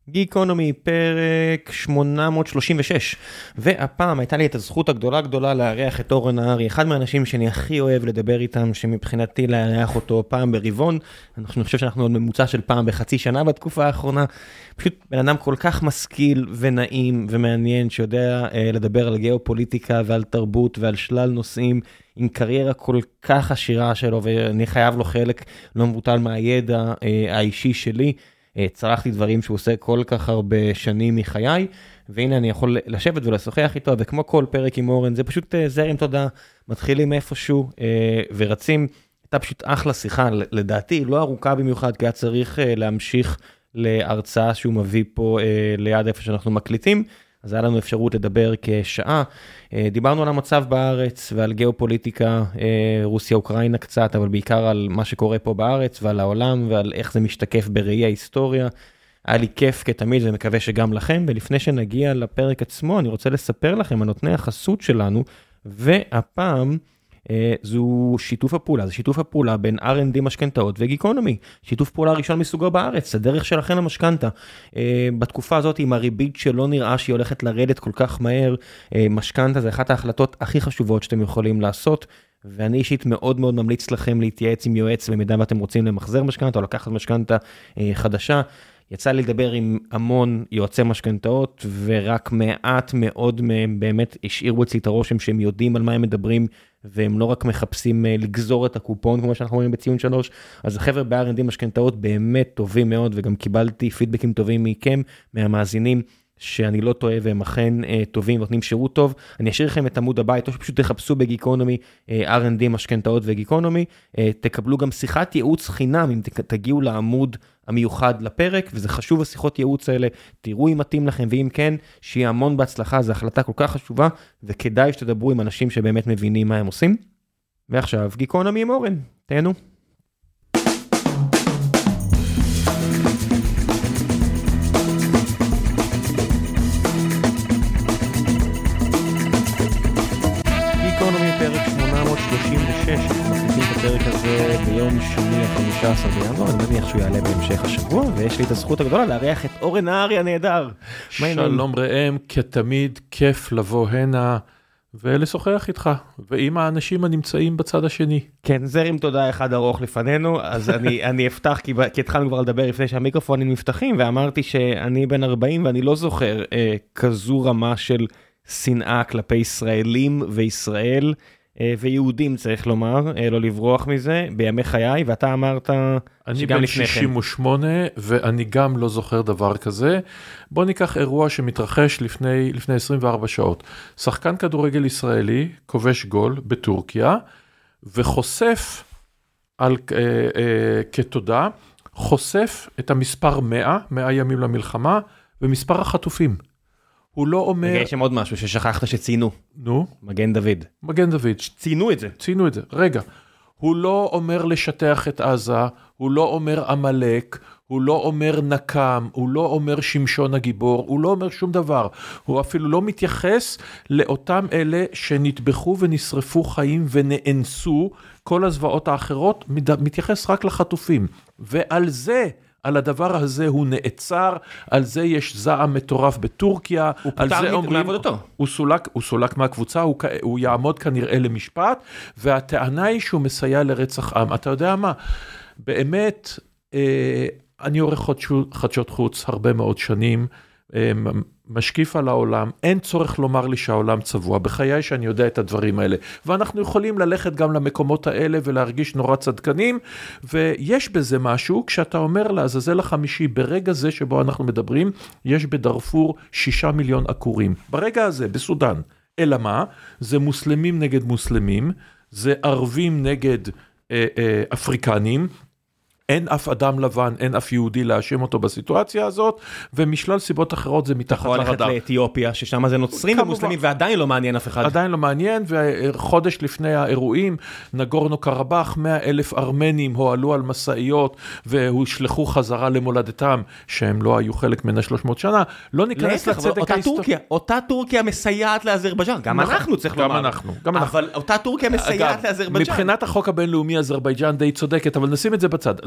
גיקונומי, פרק 836, והפעם הייתה לי את הזכות הגדולה לארח את אורן נהרי, אחד מהאנשים שאני הכי אוהב לדבר איתם, שמבחינתי לארח אותו פעם ברבעון, אני חושב שאנחנו עוד ממוצע של פעם בחצי שנה בתקופה האחרונה, פשוט בן אדם כל כך משכיל ונעים ומעניין, שיודע לדבר על גיאופוליטיקה ועל תרבות ועל שלל נושאים, עם קריירה כל כך עשירה שלו, ואני חייב לו חלק לא מבוטל מהידע האישי שלי, צרכתי דברים שהוא עושה כל כך הרבה שנים מחיי, והנה אני יכול לשבת ולשוחח איתו, וכמו כל פרק עם אורן, זה פשוט זרם תודה, מתחילים איפשהו ורצים, הייתה פשוט אחלה שיחה, לדעתי לא ארוכה במיוחד, כי היה צריך להמשיך להרצאה שהוא מביא פה ליד איפה שאנחנו מקליטים, אז היה לנו אפשרות לדבר כשעה, דיברנו על המצב בארץ ועל גיאופוליטיקה, רוסיה, אוקראינה קצת, אבל בעיקר על מה שקורה פה בארץ ועל העולם ועל איך זה משתקף בראי ההיסטוריה. היה לי כיף כתמיד ומקווה שגם לכם, ולפני שנגיע לפרק עצמו, אני רוצה לספר לכם על נותני החסות שלנו, והפעם זו שיתוף הפעולה, זה שיתוף הפעולה בין R&D משכנתאות וגיקונומי, שיתוף פעולה ראשון מסוגו בארץ, הדרך שלכם למשכנתה. בתקופה הזאת עם הריבית שלא נראה שהיא הולכת לרדת כל כך מהר, משכנתה זה אחת ההחלטות הכי חשובות שאתם יכולים לעשות, ואני אישית מאוד מאוד ממליץ לכם להתייעץ עם יועץ במידה ואתם רוצים למחזר משכנתה או לקחת משכנתה חדשה. יצא לי לדבר עם המון יועצי משכנתאות, ורק מעט מאוד מהם באמת השאירו אצלי את הרושם שהם יודעים על מה הם מדברים, והם לא רק מחפשים לגזור את הקופון, כמו שאנחנו רואים בציון 3, אז החבר'ה ב-R&D משכנתאות באמת טובים מאוד, וגם קיבלתי פידבקים טובים מכם, מהמאזינים, שאני לא טועה, והם אכן טובים, נותנים שירות טוב. אני אשאיר לכם את עמוד הבית, או שפשוט תחפשו בגיקונומי, R&D משכנתאות וגיקונומי, תקבלו גם שיחת ייעוץ חינם, אם תגיעו לעמוד המיוחד לפרק, וזה חשוב השיחות ייעוץ האלה, תראו אם מתאים לכם, ואם כן, שיהיה המון בהצלחה, זו החלטה כל כך חשובה, וכדאי שתדברו עם אנשים שבאמת מבינים מה הם עושים. ועכשיו, גיקונומי עם אורן, תהנו. גיקונומי פרק 836, אנחנו מקליטים את הפרק הזה ביום שני 15 בינואר, אני מניח שהוא יעלה בהמשך השבוע, ויש לי את הזכות הגדולה לארח את אורן נהרי הנהדר. שלום ראם, כתמיד כיף לבוא הנה ולשוחח איתך, ועם האנשים הנמצאים בצד השני. כן, זרם תודה אחד ארוך לפנינו, אז אני אפתח, כי התחלנו כבר לדבר לפני שהמיקרופונים נפתחים, ואמרתי שאני בן 40 ואני לא זוכר כזו רמה של שנאה כלפי ישראלים וישראל, ויהודים צריך לומר, לא לברוח מזה, בימי חיי, ואתה אמרת אני בן 68, ואני גם לא זוכר דבר כזה. בוא ניקח אירוע שמתרחש לפני 24 שעות. שחקן כדורגל ישראלי, כובש גול בטורקיה, וחושף כתודה, חושף את המספר 100 ימים למלחמה, ומספר החטופים. הוא לא אומר... יש שם עוד משהו ששכחת שציינו. נו? מגן דוד. מגן דוד. ציינו את זה. ציינו את זה. רגע. הוא לא אומר לשטח את עזה, הוא לא אומר עמלק, הוא לא אומר נקם, הוא לא אומר שמשון הגיבור, הוא לא אומר שום דבר. הוא אפילו לא מתייחס לאותם אלה שנטבחו ונשרפו חיים ונאנסו, כל הזוועות האחרות, מתייחס רק לחטופים. ועל זה... על הדבר הזה הוא נעצר, על זה יש זעם מטורף בטורקיה, הוא פוטר מעבודתו. הוא סולק מהקבוצה, הוא יעמוד כנראה למשפט, והטענה היא שהוא מסייע לרצח עם. אתה יודע מה? באמת, אני עורך חדשות חוץ הרבה מאוד שנים, משקיף על העולם, אין צורך לומר לי שהעולם צבוע, בחיי שאני יודע את הדברים האלה, ואנחנו יכולים ללכת גם למקומות האלה ולהרגיש נורא צדקנים, ויש בזה משהו, כשאתה אומר לעזאזל החמישי, ברגע זה שבו אנחנו מדברים, יש בדארפור 6 מיליון עקורים, ברגע הזה, בסודן, אלא מה? זה מוסלמים נגד מוסלמים, זה ערבים נגד אפריקנים, אין אף אדם לבן, אין אף יהודי להאשים אותו בסיטואציה הזאת, ומשלל סיבות אחרות זה מתחת לרדאר. הולכת לאתיופיה, ששם זה נוצרים ומוסלמים, ועדיין לא מעניין אף אחד. עדיין לא מעניין, וחודש לפני האירועים, נגורנו קרבח, 100,000 ארמנים הועלו על מסעיות, והושלחו חזרה למולדתם, שהם לא היו חלק מן 300 שנה, לא ניכנס לצדק ההיסטורי. אותה טורקיה מסייעת לאזרבייג'אן, גם אנחנו צריך לומר. גם אנחנו. אבל אותה טורקיה מסייעת לאזרבייג'אן. מבחינת החוק הבינלאומי, אזרבייג'אן די צודקת, אבל נשים את זה בצד.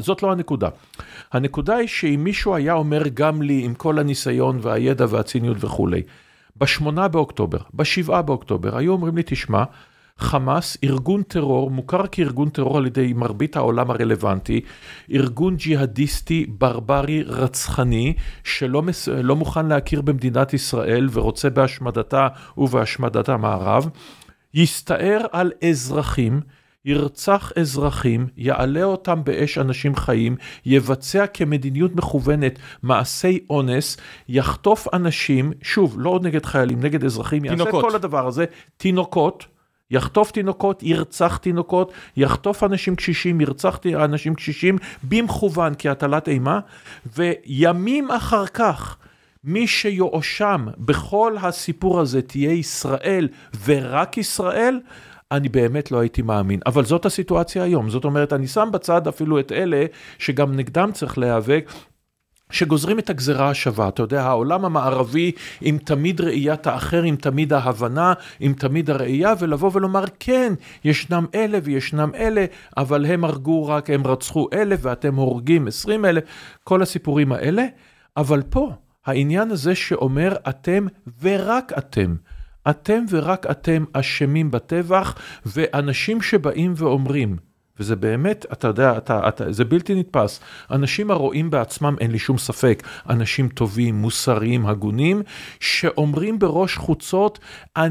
זאת לא הנקודה. הנקודה היא שאם מישהו היה אומר גם לי, עם כל הניסיון והידע והציניות וכו', ב8 באוקטובר, ב7 באוקטובר, היו אומרים לי, תשמע, חמאס, ארגון טרור, מוכר כארגון טרור על ידי מרבית העולם הרלוונטי, ארגון ג'יהדיסטי, ברברי, רצחני, שלא מוכן להכיר במדינת ישראל ורוצה בהשמדתה ובהשמדת המערב, יסתער על אזרחים, ירצח אזרחים, יעלה אותם באש אנשים חיים, יבצע כמדיניות מכוונת מעשי אונס, יחטוף אנשים, שוב, לא נגד חיילים, נגד אזרחים, יעשה את כל הדבר הזה, תינוקות, יחטוף תינוקות, ירצח תינוקות, יחטוף אנשים קשישים, ירצח אנשים קשישים, במכוון כהטלת אימה, וימים אחר כך, מי שיואשם בכל הסיפור הזה תהיה ישראל ורק ישראל, אני באמת לא הייתי מאמין. אבל זאת הסיטואציה היום. זאת אומרת, אני שם בצד אפילו את אלה שגם נגדם צריך להיאבק, שגוזרים את הגזרה השווה. אתה יודע, העולם המערבי עם תמיד ראיית האחר, עם תמיד ההבנה, עם תמיד הראייה, ולבוא ולומר, כן, ישנם אלה וישנם אלה, אבל הם הרגו רק, הם רצחו 1,000 ואתם הורגים 20,000, כל הסיפורים האלה. אבל פה, העניין הזה שאומר, אתם ורק אתם, אתם ורק אתם אשמים בטבח, ואנשים שבאים ואומרים, וזה באמת, אתה יודע, זה בלתי נתפס, אנשים הרואים בעצמם, אין לי שום ספק, אנשים טובים, מוסריים, הגונים, שאומרים בראש חוצות,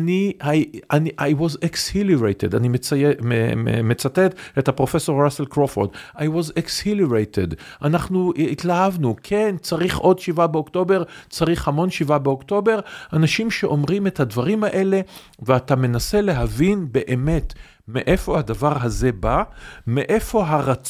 I was exhilarated, אני מצטט את הפרופסור ראסל קרופורד, I was exhilarated, אנחנו התלהבנו, כן, צריך עוד 7 באוקטובר, צריך המון 7 באוקטובר, אנשים שאומרים את הדברים האלה, ואתה מנסה להבין באמת, מאיפה הדבר הזה בא, מאיפה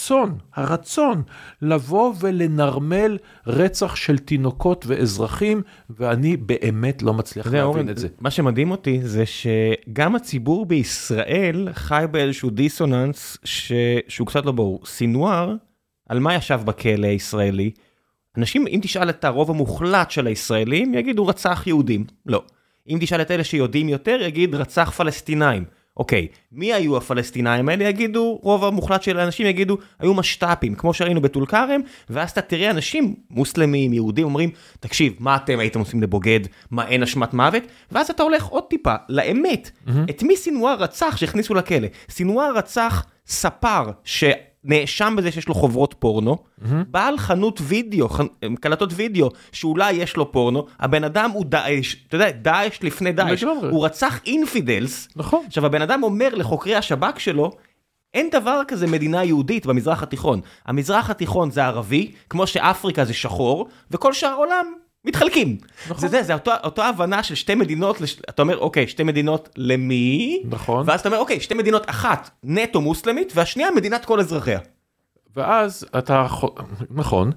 הרצון לבוא ולנרמל רצח של תינוקות ואזרחים, ואני באמת לא מצליח להבין את זה. מה שמדהים אותי זה שגם הציבור בישראל חי באיזשהו דיסוננס שהוא קצת לא ברור. סינואר, על מה ישב בכלא הישראלי? אנשים, אם תשאל את הרוב המוחלט של הישראלים, יגידו רצח יהודים. לא. אם תשאל את אלה שיודעים יותר, יגיד רצח פלסטינאים. אוקיי, מי היו הפלסטינאים האלה? יגידו, רוב המוחלט של האנשים יגידו, היו משת"פים, כמו שראינו בטול כרם, ואז אתה תראה אנשים מוסלמים, יהודים, אומרים, תקשיב, מה אתם הייתם עושים לבוגד? מה אין אשמת מוות? ואז אתה הולך עוד טיפה, לאמת. את מי סינואר רצח שהכניסו לכלא? סינואר רצח ספר נאשם בזה שיש לו חוברות פורנו, בעל חנות וידאו, קלטות וידאו, שאולי יש לו פורנו, הבן אדם הוא דאעש, אתה יודע, דאעש לפני דאעש, הוא רצח אינפידלס, נכון. עכשיו הבן אדם אומר לחוקרי השב"כ שלו, אין דבר כזה מדינה יהודית במזרח התיכון, המזרח התיכון זה ערבי, כמו שאפריקה זה שחור, וכל שאר העולם מתחלקים. נכון. זה אותו הבנה של שתי מדינות, אתה אומר, אוקיי, שתי מדינות למי? נכון. ואז אתה אומר, אוקיי, שתי מדינות, אחת נטו מוסלמית, והשנייה מדינת כל אזרחיה. ואז אתה, נכון,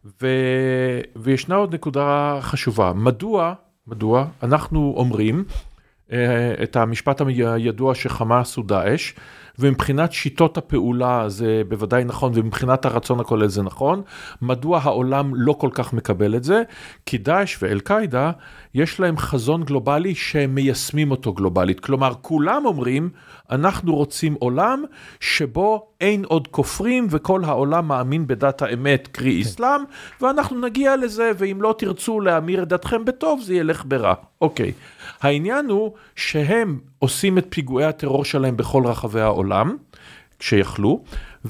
וישנה עוד נקודה חשובה. מדוע אנחנו אומרים את המשפט הידוע שחמאס הוא דאעש, ומבחינת שיטות הפעולה זה בוודאי נכון, ומבחינת הרצון הכולל זה נכון. מדוע העולם לא כל כך מקבל את זה? כי דאעש ואל-קאידה יש להם חזון גלובלי שהם מיישמים אותו גלובלית. כלומר, כולם אומרים, אנחנו רוצים עולם שבו אין עוד כופרים, וכל העולם מאמין בדת האמת, קרי אסלאם, ואנחנו נגיע לזה, ואם לא תרצו להמיר את דתכם בטוב, זה ילך ברע. אוקיי. העניין הוא שהם עושים את פיגועי הטרור שלהם בכל רחבי העולם, כשיכלו,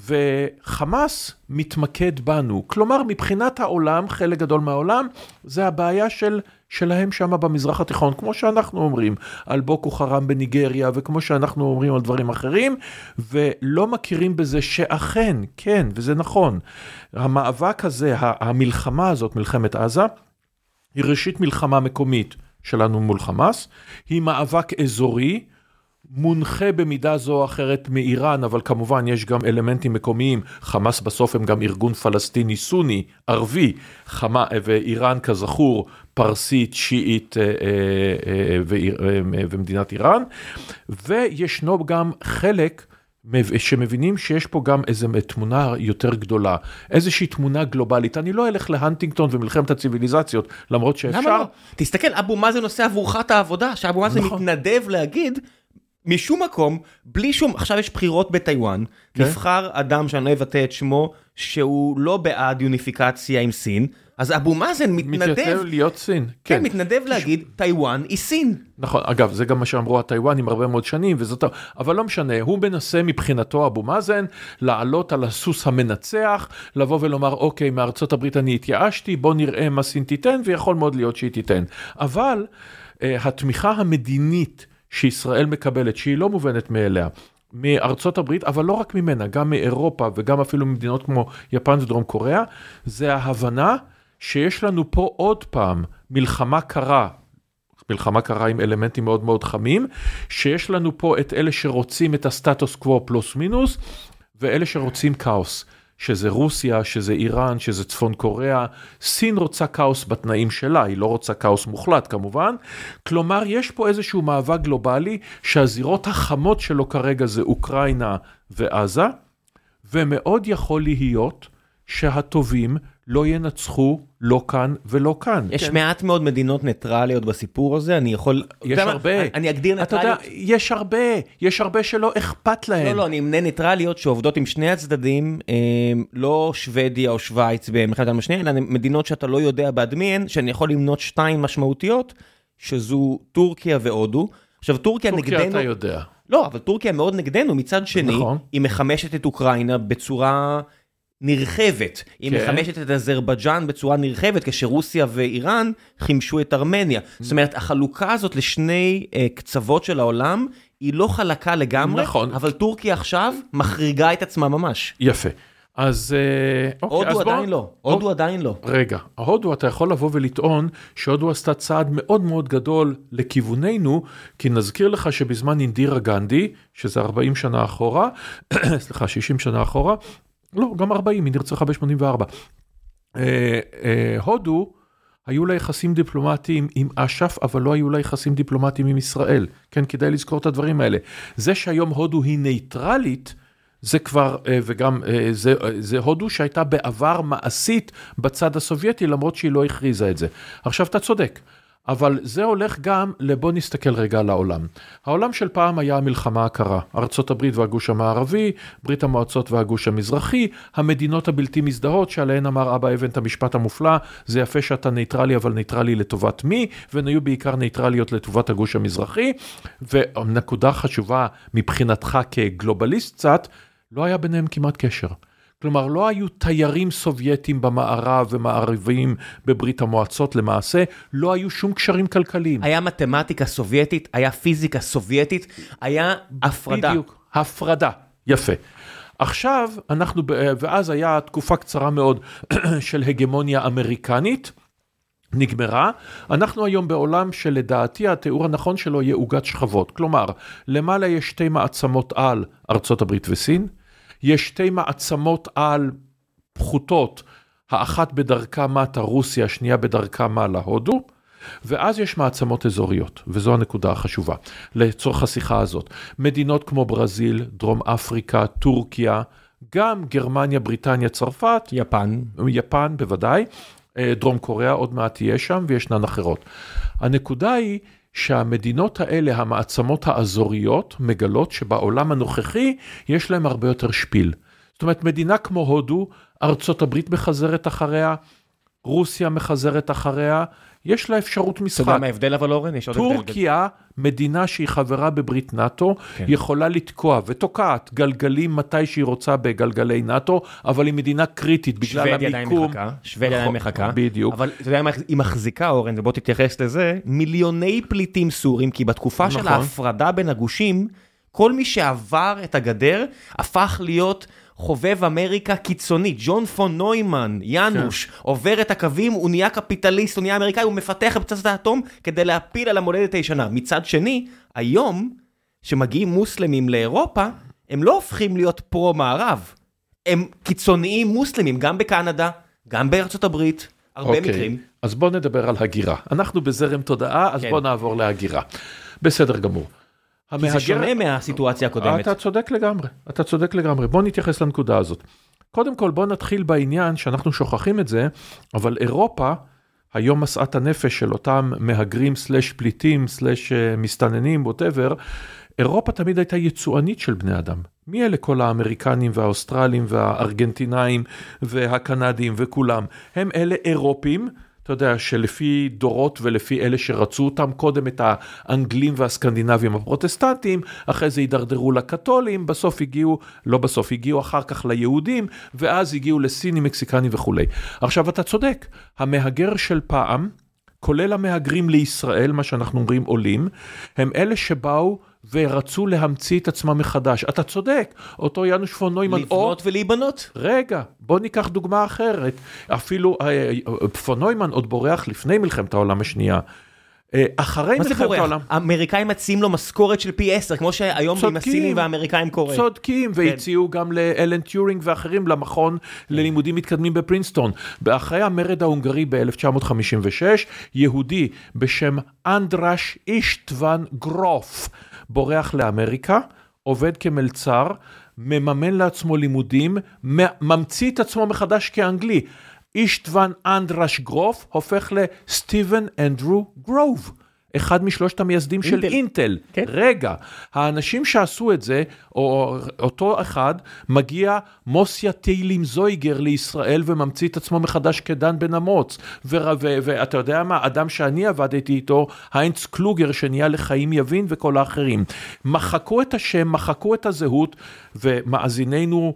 וחמאס מתמקד בנו. כלומר, מבחינת העולם, חלק גדול מהעולם, זה הבעיה שלהם שם במזרח התיכון, כמו שאנחנו אומרים, על בוקו חרם בניגריה, וכמו שאנחנו אומרים על דברים אחרים, ולא מכירים בזה שאכן, כן, וזה נכון, המאבק הזה, המלחמה הזאת, מלחמת עזה, היא ראשית מלחמה מקומית שלנו מול חמאס, היא מאבק אזורי, מונחה במידה זו או אחרת מאיראן, אבל כמובן יש גם אלמנטים מקומיים, חמאס בסוף הם גם ארגון פלסטיני סוני, ערבי, ואיראן כזכור, פרסית, שיעית ומדינת איראן, וישנו גם חלק שמבינים שיש פה גם איזו תמונה יותר גדולה, איזושהי תמונה גלובלית. אני לא אלך להנטינגטון ומלחמת הציביליזציות, למרות שאפשר. למה לא? תסתכל, אבו מאזן עושה עבורך את העבודה, שאבו מאזן מתנדב להגיד, משום מקום, בלי שום, עכשיו יש בחירות בטיואן, נבחר אדם שאני לא אבטא את שמו, שהוא לא בעד יוניפיקציה עם סין, אז אבו מאזן מתנדב להיות סין. כן, מתנדב להגיד, טיואן היא סין. נכון, אגב, זה גם מה שאמרו הטיואנים הרבה מאוד שנים, אבל לא משנה, הוא מנסה מבחינתו אבו מאזן, לעלות על הסוס המנצח, לבוא ולומר, אוקיי, מארצות הברית אני התייאשתי, בוא נראה מה סין תיתן, ויכול מאוד להיות שהיא תיתן. אבל התמיכה המדינית שישראל מקבלת, שהיא לא מובנת מאליה, מארצות הברית, אבל לא רק ממנה, גם מאירופה וגם אפילו ממדינות כמו יפן ודרום קוריאה, זה ההבנה שיש לנו פה עוד פעם מלחמה קרה עם אלמנטים מאוד מאוד חמים, שיש לנו פה את אלה שרוצים את הסטטוס קוו פלוס מינוס, ואלה שרוצים כאוס, שזה רוסיה, שזה איראן, שזה צפון קוריאה, סין רוצה כאוס בתנאים שלה, היא לא רוצה כאוס מוחלט כמובן, כלומר יש פה איזשהו מאבק גלובלי, שהזירות החמות שלו כרגע זה אוקראינה ועזה, ומאוד יכול להיות שהטובים לא ינצחו לא כאן ולא כאן. יש מעט מאוד מדינות ניטרליות בסיפור הזה, אני יכול... יש הרבה. אני אגדיר ניטרליות. אתה יודע, יש הרבה שלא אכפת להם. לא, אני אמנה ניטרליות שעובדות עם שני הצדדים, לא שוודיה או שוויץ במלחמת העולם השנייה, אלא מדינות שאתה לא יודע בעד מי הן, שאני יכול למנות 2 משמעותיות, שזו טורקיה והודו. עכשיו, טורקיה נגדנו... טורקיה אתה יודע. לא, אבל טורקיה מאוד נגדנו, מצד שני, נכון. היא מחמשת את אוקראינה בצורה... נרחבת, היא מחמשת את אזרבייג'אן בצורה נרחבת, כשרוסיה ואיראן חימשו את ארמניה. זאת אומרת, החלוקה הזאת לשני קצוות של העולם, היא לא חלקה לגמרי, אבל טורקיה עכשיו מחריגה את עצמה ממש. יפה. אז... הודו עדיין לא. הודו עדיין לא. רגע, ההודו אתה יכול לבוא ולטעון שהודו עשתה צעד מאוד מאוד גדול לכיווננו, כי נזכיר לך שבזמן אינדירה גנדי, שזה 40 שנה אחורה, סליחה, 60 שנה אחורה, לא, גם 40, היא נרצחה ב-84. הודו, היו לה יחסים דיפלומטיים עם אש"ף, אבל לא היו לה יחסים דיפלומטיים עם ישראל. כן, כדאי לזכור את הדברים האלה. זה שהיום הודו היא נייטרלית, זה כבר, וגם זה הודו שהייתה בעבר מעשית בצד הסובייטי, למרות שהיא לא הכריזה את זה. עכשיו אתה צודק. אבל זה הולך גם לבוא נסתכל רגע על העולם. העולם של פעם היה המלחמה הקרה, ארצות הברית והגוש המערבי, ברית המועצות והגוש המזרחי, המדינות הבלתי מזדהות שעליהן אמר אבא אבן את המשפט המופלא, זה יפה שאתה נייטרלי אבל נייטרלי לטובת מי, והן היו בעיקר נייטרליות לטובת הגוש המזרחי, ונקודה חשובה מבחינתך כגלובליסט קצת, לא היה ביניהם כמעט קשר. כלומר, לא היו תיירים סובייטים במערב ומערבים בברית המועצות למעשה, לא היו שום קשרים כלכליים. היה מתמטיקה סובייטית, היה פיזיקה סובייטית, היה הפרדה. בדיוק, הפרדה, יפה. עכשיו, ואז היה תקופה קצרה מאוד של הגמוניה אמריקנית, נגמרה. אנחנו היום בעולם שלדעתי התיאור הנכון שלו יהיה עוגת שכבות. כלומר, למעלה יש 2 מעצמות על ארצות הברית וסין, יש 2 מעצמות על פחותות, האחת בדרכה מטה רוסיה, השנייה בדרכה מעלה הודו, ואז יש מעצמות אזוריות, וזו הנקודה החשובה, לצורך השיחה הזאת. מדינות כמו ברזיל, דרום אפריקה, טורקיה, גם גרמניה, בריטניה, צרפת, יפן בוודאי, דרום קוריאה עוד מעט תהיה שם, וישנן אחרות. הנקודה היא, שהמדינות האלה, המעצמות האזוריות, מגלות שבעולם הנוכחי יש להם הרבה יותר שפיל. זאת אומרת, מדינה כמו הודו, ארצות הברית מחזרת אחריה, רוסיה מחזרת אחריה, יש לה אפשרות משחק. אתה יודע מה ההבדל אבל אורן? טורקיה, מדינה שהיא חברה בברית נאטו, יכולה לתקוע ותוקעת גלגלים מתי שהיא רוצה בגלגלי נאטו, אבל היא מדינה קריטית בגלל המיקום. שוודיה עדיין מחכה. בדיוק. אבל אתה יודע מה היא מחזיקה אורן, ובוא תתייחס לזה, מיליוני פליטים סורים, כי בתקופה של ההפרדה בין הגושים, כל מי שעבר את הגדר הפך להיות חובב אמריקה קיצוני, ג'ון פון נוימן, ינוש, עובר את הקווים, הוא נהיה קפיטליסט, הוא נהיה אמריקאי, הוא מפתח את פצצת האטום כדי להפיל על המולדת הישנה. מצד שני, היום, שמגיעים מוסלמים לאירופה, הם לא הופכים להיות פרו-מערב. הם קיצוניים מוסלמים, גם בקנדה, גם בארצות הברית, הרבה מקרים. אז בוא נדבר על הגירה. אנחנו בזרם תודעה, אז בוא נעבור להגירה. בסדר גמור. כי זה שונה מהסיטואציה הקודמת. אתה צודק לגמרי. בוא נתייחס לנקודה הזאת. קודם כל, בוא נתחיל בעניין שאנחנו שוכחים את זה, אבל אירופה היום משאת הנפש של אותם מהגרים סלש פליטים סלש מסתננים, whatever, אירופה תמיד הייתה יצואנית של בני אדם. מי אלה כל האמריקנים והאוסטרלים והארגנטינאים והקנדים וכולם? הם אלה אירופים, אתה יודע, שלפי דורות ולפי אלה שרצו אותם, קודם את האנגלים והסקנדינבים הפרוטסטנטים, אחרי זה הידרדרו לקתולים, הגיעו אחר כך ליהודים, ואז הגיעו לסינים, מקסיקנים וכו'. עכשיו אתה צודק, המהגר של פעם, כולל המהגרים לישראל, מה שאנחנו אומרים עולים, הם אלה שבאו ורצו להמציא את עצמם מחדש. אתה צודק, אותו יאנוש פון נוימן... לבנות ולהיבנות. רגע, בוא ניקח דוגמה אחרת. אפילו פון נוימן עוד בורח לפני מלחמת העולם השנייה. אחרי מלחמת העולם... האמריקאים מציעים לו משכורת של פי 10, כמו שהיום עם הסינים והאמריקאים קורה. צודקים, והציעו גם לאלן טיורינג ואחרים למכון ללימודים מתקדמים בפרינסטון. אחרי המרד ההונגרי ב-1956, יהודי בשם אנדרש אישטוון גרוף, בורח לאמריקה, עובד כמלצר, מממן לעצמו לימודים, ממציא את עצמו מחדש כאנגלי. אישטוון אנדרש גרוף הופך לסטיבן אנדרו גרוב, אחד משלושת המייסדים של אינטל. כן. רגע, האנשים שעשו את זה, או אותו אחד, מגיע מוסיה טיילין זויגר לישראל וממציא את עצמו מחדש כדן בן אמוץ. ואתה יודע מה, אדם שאני עבדתי איתו, היינץ קלוגר שנהיה לחיים יבין וכל האחרים. מחקו את השם, מחקו את הזהות, ומאזיננו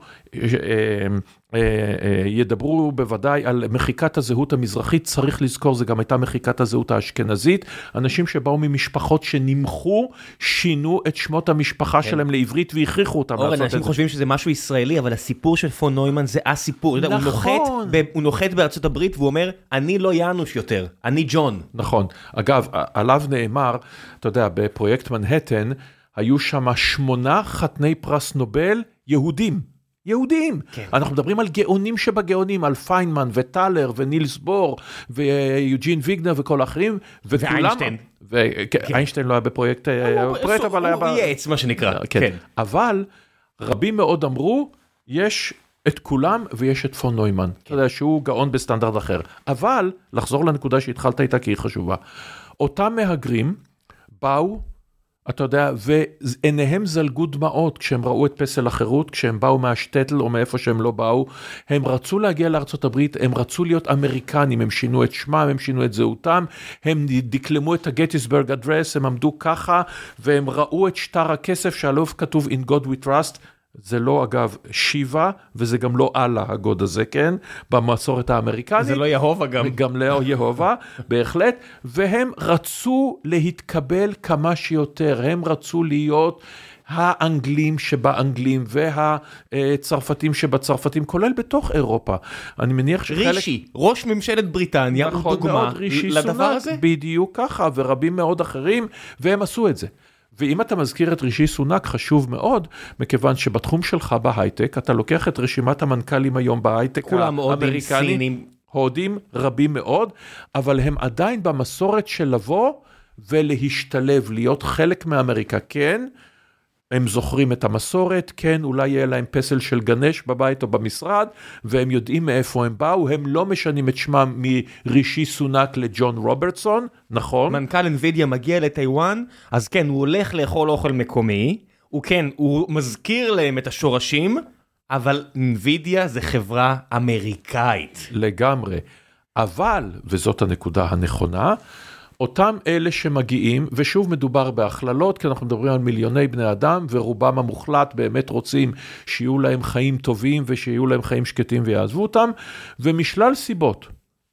ידברו בוודאי על מחיקת הזהות המזרחית, צריך לזכור, זה גם הייתה מחיקת הזהות האשכנזית, אנשים שבאו ממשפחות שנמחו, שינו את שמות המשפחה שלהם לעברית והכריחו אותם לעשות את זה. אנשים חושבים שזה משהו ישראלי, אבל הסיפור של פון נוימן זה הסיפור. נכון. הוא נוחת בארצות הברית והוא אומר, אני לא יאנוש יותר, אני ג'ון. נכון. אגב, עליו נאמר, אתה יודע, בפרויקט מנהטן, היו שם 8 חתני פרס נובל יהודים. כן. אנחנו מדברים על גאונים שבגאונים, על פיינמן וטלר ונילס בור ויוג'ין ויגנר וכל האחרים. ואיינשטיין. איינשטיין לא היה בפרויקט, אבל היה... הוא ייעץ, מה שנקרא. כן. אבל רבים מאוד אמרו, יש את כולם ויש את פון נוימן. אתה יודע שהוא גאון בסטנדרט אחר. אבל, לחזור לנקודה שהתחלת איתה כי היא חשובה. אותם מהגרים באו, אתה יודע, ועיניהם זלגו דמעות כשהם ראו את פסל החירות, כשהם באו מהשטטל או מאיפה שהם לא באו, הם רצו להגיע לארצות הברית, הם רצו להיות אמריקנים, הם שינו את שמם, הם שינו את זהותם, הם דקלמו את הגטיסברג אדרס, הם עמדו ככה, והם ראו את שטר הכסף שעליו כתוב In God We Trust, זה לא אגב שיבה, וזה גם לא אללה הגוד הזה, כן? במסורת האמריקנית. זה לא יהובה גם. גם לא יהובה, בהחלט. והם רצו להתקבל כמה שיותר. הם רצו להיות האנגלים שבאנגלים, והצרפתים שבצרפתים, כולל בתוך אירופה. אני מניח שחלק... רישי, ראש ממשלת בריטניה, הוא דוגמה לדבר הזה. בדיוק ככה, ורבים מאוד אחרים, והם עשו את זה. ואם אתה מזכיר את רישי סונק, חשוב מאוד, מכיוון שבתחום שלך בהייטק, אתה לוקח את רשימת המנכ"לים היום בהייטק האמריקני, הודים רבים מאוד, אבל הם עדיין במסורת של לבוא ולהשתלב, להיות חלק מאמריקה, כן, הם זוכרים את המסורת, כן, אולי יהיה להם פסל של גנש בבית או במשרד, והם יודעים מאיפה הם באו, הם לא משנים את שמם מרישי סונק לג'ון רוברטסון, נכון? מנכ"ל NVIDIA מגיע לטיואן, אז כן, הוא הולך לאכול אוכל מקומי, הוא מזכיר להם את השורשים, אבל NVIDIA זה חברה אמריקאית. לגמרי. אבל, וזאת הנקודה הנכונה, אותם אלה שמגיעים, ושוב מדובר בהכללות, כי אנחנו מדברים על מיליוני בני אדם, ורובם המוחלט באמת רוצים שיהיו להם חיים טובים, ושיהיו להם חיים שקטים ויעזבו אותם, ומשלל סיבות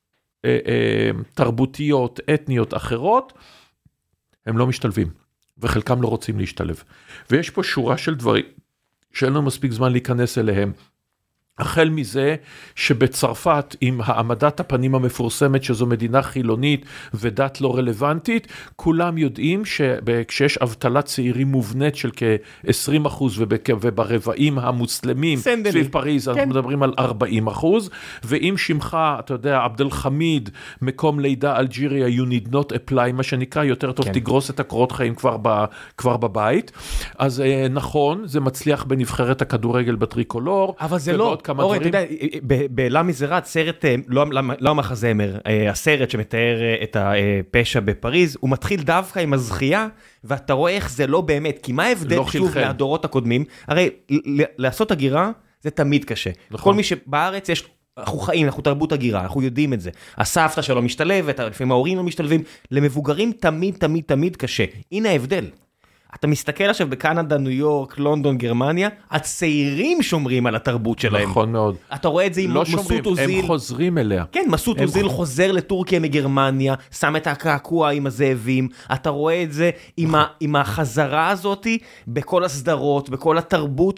תרבותיות, אתניות אחרות, הם לא משתלבים, וחלקם לא רוצים להשתלב. ויש פה שורה של דברים, שאין לנו מספיק זמן להיכנס אליהם, החל מזה שבצרפת עם העמדת הפנים המפורסמת שזו מדינה חילונית ודת לא רלוונטית, כולם יודעים שכשיש אבטלת צעירים מובנית של כ-20% וברבעים המוסלמים סביב פריז, אנחנו מדברים על 40%, ואם שמך, אתה יודע, עבד אל חמיד, מקום לידה אלג'יריה, you need not apply, מה שנקרא, יותר טוב תגרוס את הקורות חיים כבר בבית, אז נכון, זה מצליח בנבחרת הכדורגל בטריקולור, אבל זה לא, כמה אורן, דברים. אתה יודע, בלה מיזראט, סרט, לא המחזמר, הסרט שמתאר את הפשע בפריז, הוא מתחיל דווקא עם הזכייה, ואתה רואה איך זה לא באמת, כי מה ההבדל שוב מהדורות הקודמים? הרי לעשות הגירה זה תמיד קשה. כל מי שבארץ יש, אנחנו חיים, אנחנו תרבות הגירה, אנחנו יודעים את זה. הסבתא שלו משתלבת, לפעמים ההורים לא משתלבים, למבוגרים תמיד תמיד תמיד קשה. הנה ההבדל. אתה מסתכל עכשיו בקנדה, ניו יורק, לונדון, גרמניה, הצעירים שומרים על התרבות שלהם. נכון מאוד. אתה רואה את זה עם מסות אוזיל. הם חוזרים אליה. כן, מסות אוזיל חוזר לטורקיה מגרמניה, שם את הקעקוע עם הזאבים, אתה רואה את זה עם החזרה הזאת, בכל הסדרות, בכל התרבות,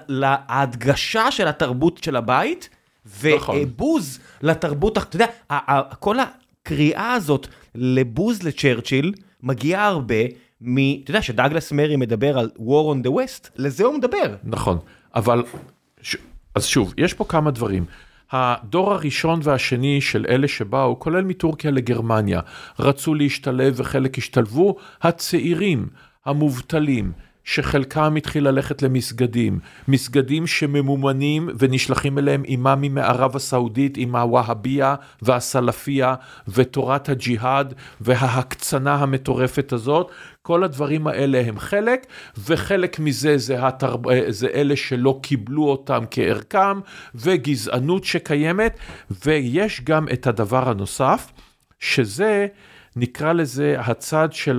להדגשה של התרבות של הבית, ובוז לתרבות, אתה יודע, כל הקריאה הזאת לבוז לצ'רצ'יל, מגיעה הרבה, אתה יודע שדאגלס מרי מדבר על War on the West, לזה הוא מדבר. נכון, אבל, אז שוב, יש פה כמה דברים. הדור הראשון והשני של אלה שבאו, כולל מטורקיה לגרמניה, רצו להשתלב וחלק השתלבו, הצעירים, המובטלים, שחלקם התחיל ללכת למסגדים, מסגדים שממומנים ונשלחים אליהם אימאמים מערב הסעודית, עם הווהביה והסלפיה ותורת הג'יהאד וההקצנה המטורפת הזאת, כל הדברים האלה הם חלק, וחלק מזה זה אלה שלא קיבלו אותם כערכם, וגזענות שקיימת, ויש גם את הדבר הנוסף, שזה נקרא לזה הצד של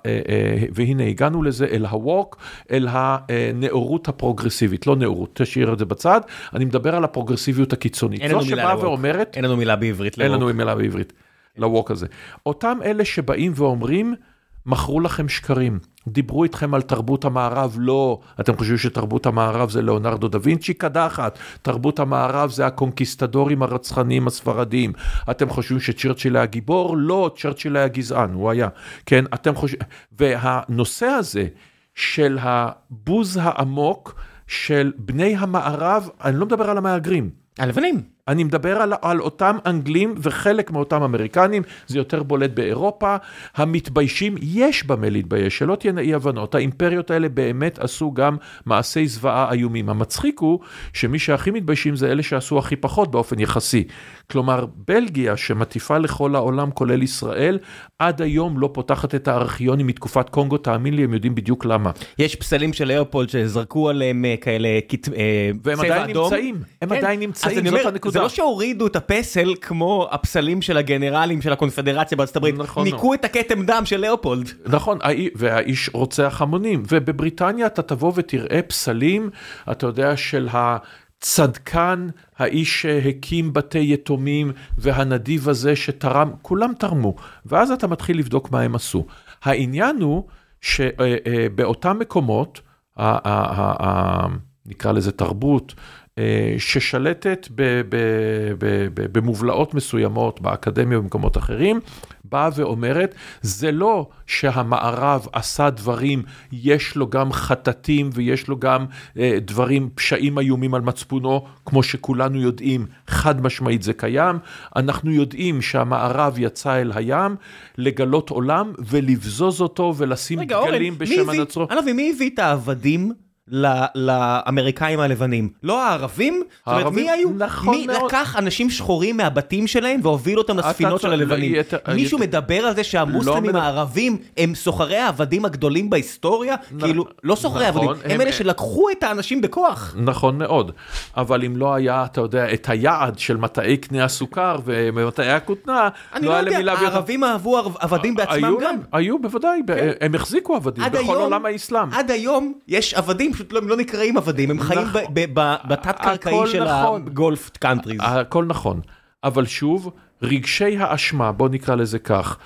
והנה הגענו לזה אל הווק, אל הנאורות הפרוגרסיבית, לא נאורות, תשאיר את זה בצד, אני מדבר על הפרוגרסיביות הקיצונית. אין לנו מילה לווק, אין לנו מילה בעברית לווק. אין לנו מילה בעברית לווק הזה. אותם אלה שבאים ואומרים, מכרו לכם שקרים, דיברו איתכם על תרבות המערב, לא, אתם חושבים שתרבות המערב זה ליאונרדו דה וינצ'י קדחת, תרבות המערב זה הקונקיסטדורים הרצחניים הספרדיים, אתם חושבים שצ'רצ'יל היה גיבור? לא, צ'רצ'יל היה גזען, הוא היה, כן, אתם חושבים, והנושא הזה של הבוז העמוק של בני המערב, אני לא מדבר על המהגרים, הלבנים. אני מדבר על אותם אנגלים וחלק מאותם אמריקנים, זה יותר בולט באירופה, המתביישים, יש במה להתבייש, שלא תהיינה אי הבנות, האימפריות האלה באמת עשו גם מעשי זוועה איומים, המצחיק הוא שמי שהכי מתביישים זה אלה שעשו הכי פחות באופן יחסי, כלומר בלגיה שמטיפה לכל העולם כולל ישראל, עד היום לא פותחת את הארכיונים מתקופת קונגו, תאמין לי הם יודעים בדיוק למה. יש פסלים של לאופולד שזרקו עליהם כאלה והם עדיין נמצאים, הם עדיין נמצאים, זאת הנקודה. זה לא שהורידו את הפסל כמו הפסלים של הגנרלים של הקונפדרציה בארצות הברית, ניקו את הכתם דם של לאופולד. נכון, והאיש רוצח המונים, ובבריטניה אתה תבוא ותראה פסלים, אתה יודע, של הצדקן, האיש שהקים בתי יתומים, והנדיב הזה שתרם, כולם תרמו, ואז אתה מתחיל לבדוק מה הם עשו. העניין הוא שבאותם מקומות, נקרא לזה תרבות, ששלטת במובלעות מסוימות, באקדמיה ובמקומות אחרים, באה ואומרת, זה לא שהמערב עשה דברים, יש לו גם חטטים ויש לו גם דברים, פשעים איומים על מצפונו, כמו שכולנו יודעים, חד משמעית זה קיים, אנחנו יודעים שהמערב יצא אל הים, לגלות עולם ולבזוז אותו ולשים דגלים בשם הנצרות. מי הביא את העבדים? לאמריקאים הלבנים, לא הערבים, זאת אומרת, מי היו, מי לקח אנשים שחורים מהבתים שלהם והוביל אותם לספינות של הלבנים? מישהו מדבר על זה שהמוסלמים הערבים הם סוחרי העבדים הגדולים בהיסטוריה? כאילו, לא סוחרי העבדים, הם אלה שלקחו את האנשים בכוח. נכון מאוד, אבל אם לא היה, אתה יודע, את היעד של מטעי קנה הסוכר ומטעי הכותנה, אני לא יודע, הערבים אהבו עבדים בעצמם גם? היו, בוודאי, הם החזיקו עבדים בכל עולם האסלאם. עד היום יש עבדים פשוט לא נקראים עבדים, הם חיים בתת קרקעי של הגולף קאנטריז. הכל נכון, אבל שוב, רגשי האשמה, בוא נקרא לזה כך,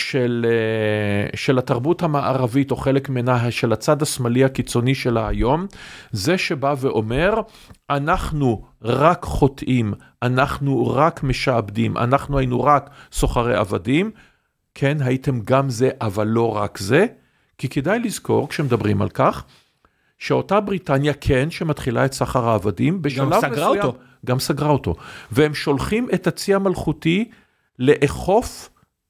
של התרבות המערבית, או חלק מנה של הצד השמאלי הקיצוני שלה היום, זה שבא ואומר, אנחנו רק חוטאים, אנחנו רק משעבדים, אנחנו היינו רק סוחרי עבדים, כן, הייתם גם זה, אבל לא רק זה, כי כדאי לזכור, כשמדברים על כך, שאותה בריטניה כן, שמתחילה את סחר העבדים, בשלב מסוים, גם סגרה אותו, והם שולחים את הצי המלכותי לאכוף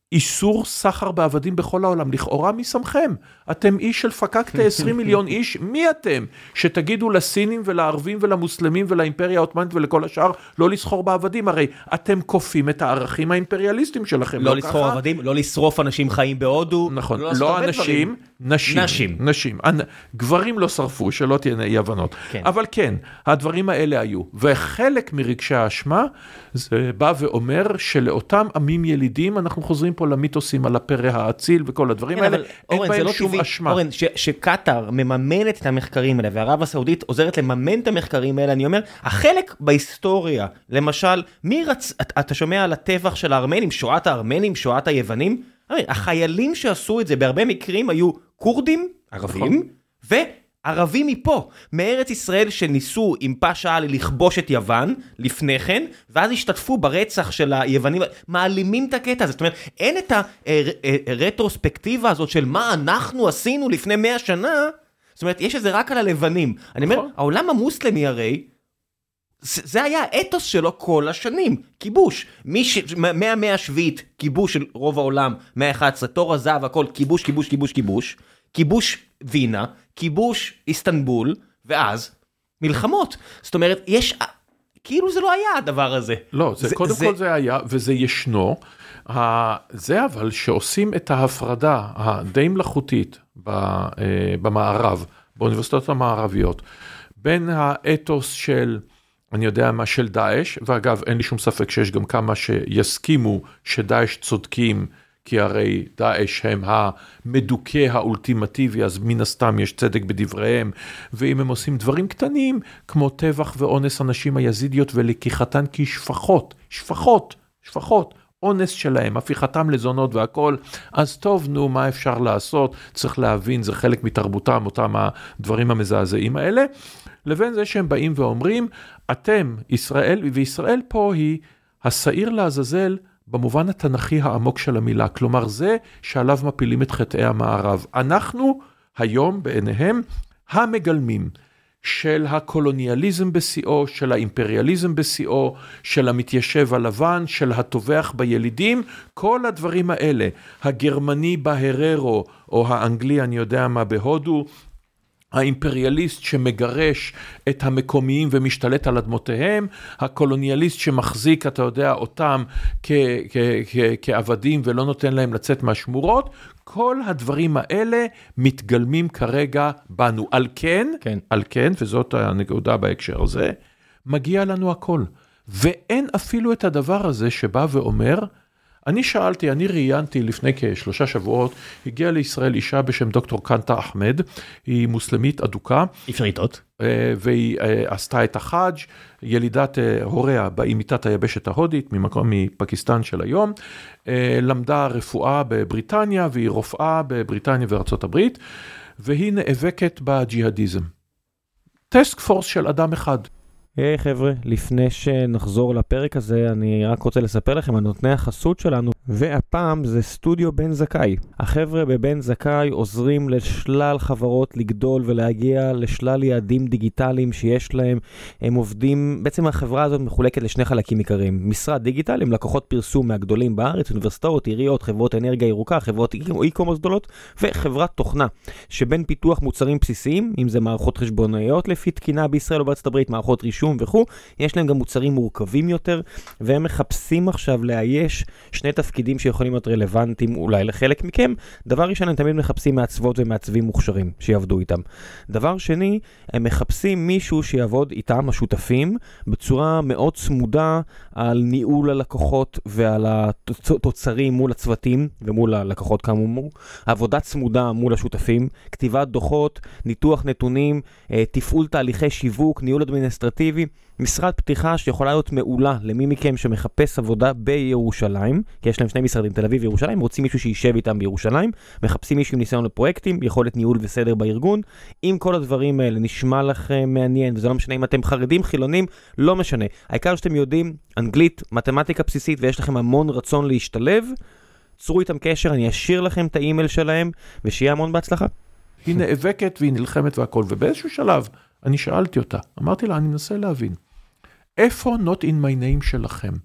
איסור סחר בעבדים בכל העולם, לכאורה מי שמכם? אתם איש של פקקת 20 מיליון איש, מי אתם? שתגידו לסינים ולערבים ולמוסלמים ולאימפריה העות'מאנית ולכל השאר, לא לסחור בעבדים, הרי אתם כופים את הערכים האימפריאליסטיים שלכם. לא לסחור עבדים, לא לשרוף אנשים חיים בהודו. נכון, לא אנשים, נשים. גברים לא שרפו, שלא תהיינה אי הבנות. אבל כן, הדברים האלה היו. וחלק מרגשי האשמה, זה בא ואומר שלאותם עמים ילידים, אנחנו חוזרים פה למיתוסים על הפרא האציל וכל הדברים האלה, אין בהם שום אשמה. אורן, שקטר מממנת את המחקרים האלה, וערב הסעודית עוזרת לממן את המחקרים האלה, אני אומר, החלק בהיסטוריה, למשל, אתה שומע על הטבח של הארמנים, שואת הארמנים, שואת היוונים, החיילים שעשו את זה בהרבה מקרים היו קורדים, ערבים, ערבים מפה, מארץ ישראל שניסו עם פשע לכבוש את יוון לפני כן, ואז השתתפו ברצח של היוונים, מעלימים את הקטע הזה, זאת אומרת, אין את הרטרוספקטיבה הזאת של מה אנחנו עשינו לפני 100 שנה, זאת אומרת, יש את זה רק על הלבנים. אני אומר, העולם המוסלמי הרי, זה היה האתוס שלו כל השנים, כיבוש. מהמאה השביעית, כיבוש של רוב העולם, 111, תור הזהב, הכל, כיבוש, כיבוש, כיבוש, כיבוש, כיבוש וינה, כיבוש איסטנבול, ואז מלחמות. זאת אומרת, יש, כאילו זה לא היה הדבר הזה. לא, זה קודם כל זה היה, וזה ישנו. זה אבל שעושים את ההפרדה הדי מלאכותית במערב, באוניברסיטאות המערביות, בין האתוס של, אני יודע מה, של דאעש, ואגב, אין לי שום ספק שיש גם כמה שיסכימו שדאעש צודקים, כי הרי דאעש הם המדוכא האולטימטיבי, אז מן הסתם יש צדק בדבריהם, ואם הם עושים דברים קטנים, כמו טבח ואונס הנשים היזידיות ולקיחתן שפחות, אונס שלהם, הפיכתם לזונות והכל, אז טוב, נו, מה אפשר לעשות? צריך להבין, זה חלק מתרבותם, אותם הדברים המזעזעים האלה, לבין זה שהם באים ואומרים, אתם, ישראל, וישראל פה היא השעיר לעזאזל, במובן התנכי העמוק של המילה, כלומר זה שעליו מפילים את חטאי המערב. אנחנו היום בעיניהם המגלמים של הקולוניאליזם בשיאו, של האימפריאליזם בשיאו, של המתיישב הלבן, של הטובח בילידים, כל הדברים האלה, הגרמני בהררו, או האנגלי אני יודע מה בהודו, האימפריאליסט שמגרש את המקומיים ומשתלט על אדמותיהם, הקולוניאליסט שמחזיק, אתה יודע, אותם כעבדים ולא נותן להם לצאת מהשמורות, כל הדברים האלה מתגלמים כרגע בנו. על כן, וזאת הנקודה בהקשר הזה, מגיע לנו הכל. ואין אפילו את הדבר הזה שבא ואומר, אני ראיינתי לפני כ3 שבועות, הגיעה לישראל אישה בשם דוקטור קנטה אחמד, היא מוסלמית אדוקה. אפריטות. והיא עשתה את החאג', ילידת הוריה באימיתת היבשת ההודית, מפקיסטן של היום, למדה רפואה בבריטניה, והיא רופאה בבריטניה וארצות הברית, והיא נאבקת בג'יהדיזם. טסק פורס של אדם אחד. היי חבר'ה, לפני שנחזור לפרק הזה, אני רק רוצה לספר לכם על נותני החסות שלנו, והפעם זה סטודיו בן זכאי. החבר'ה בבן זכאי עוזרים לשלל חברות לגדול ולהגיע לשלל יעדים דיגיטליים שיש להם. הם עובדים, בעצם החברה הזאת מחולקת לשני חלקים עיקריים. משרד דיגיטל עם לקוחות פרסום מהגדולים בארץ, אוניברסיטאות, עיריות, חברות אנרגיה ירוקה, חברות אי-קומרס גדולות, וחברת תוכנה, שבין פיתוח מוצרים בסיסיים, אם זה מערכות חשבונאיות לפי תקינה בישראל או בארצות הברית, מערכות רישום וכו', יש להם גם מוצרים מורכבים יותר, והם מחפשים עכשיו לאייש שני תפקידים שיכולים להיות רלוונטיים אולי לחלק מכם. דבר ראשון, הם תמיד מחפשים מעצבות ומעצבים מוכשרים שיעבדו איתם. דבר שני, הם מחפשים מישהו שיעבוד איתם, השותפים, בצורה מאוד צמודה על ניהול הלקוחות ועל התוצרים מול הצוותים ומול הלקוחות כאמור, עבודה צמודה מול השותפים, כתיבת דוחות, ניתוח נתונים, תפעול תהליכי שיווק, ניהול אדמיניסטרטיבי, משרד פתיחה שיכולה להיות מעולה למי מכם שמחפש עבודה בירושלים, כי יש להם שני משרדים, תל אביב וירושלים, רוצים מישהו שישב איתם בירושלים, מחפשים מישהו עם ניסיון לפרויקטים, יכולת ניהול וסדר בארגון. אם כל הדברים האלה נשמע לכם מעניין, וזה לא משנה אם אתם חרדים, חילונים, לא משנה. העיקר שאתם יודעים אנגלית, מתמטיקה בסיסית, ויש לכם המון רצון להשתלב, צרו איתם קשר, אני אשאיר לכם את האימייל שלהם, ושיהיה המון בהצלחה. היא נאבקת והיא נלחמת והכל, ובאיזשהו שלב אני שאלתי אותה, אמרתי לה, אני מנסה להבין, איפה not in my name שלכם?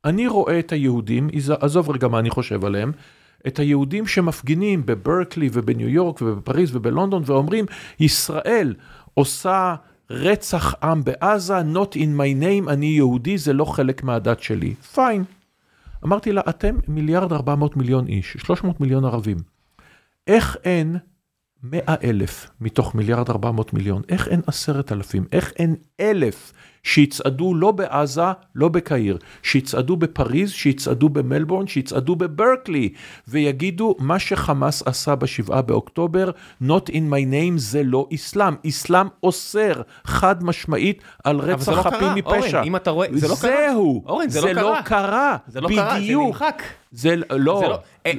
אני רואה את היהודים, עזוב רגע מה אני חושב עליהם, את היהודים שמפגינים בברקלי ובניו יורק ובפריז ובלונדון, ואומרים, ישראל עושה רצח עם בעזה, not in my name, אני יהודי, זה לא חלק מהדת שלי. פיין. אמרתי לה, אתם 1,400,000,000 איש, 300 מיליון ערבים. איך אין 100,000 מתוך 1,400,000,000? איך אין 10,000? איך אין 1,000 שיצעדו לא בעזה, לא בקהיר, שיצעדו בפריז, שיצעדו במלבורן, שיצעדו בברקלי, ויגידו, מה שחמאס עשה ב7 באוקטובר, not in my name, זה לא אסלאם. אסלאם אוסר חד משמעית על רצח חפים מפשע. אורן, אם אתה רואה, זה לא קרה. זהו, אורן, זה לא קרה. זה לא קרה, זה נמחק. זה לא.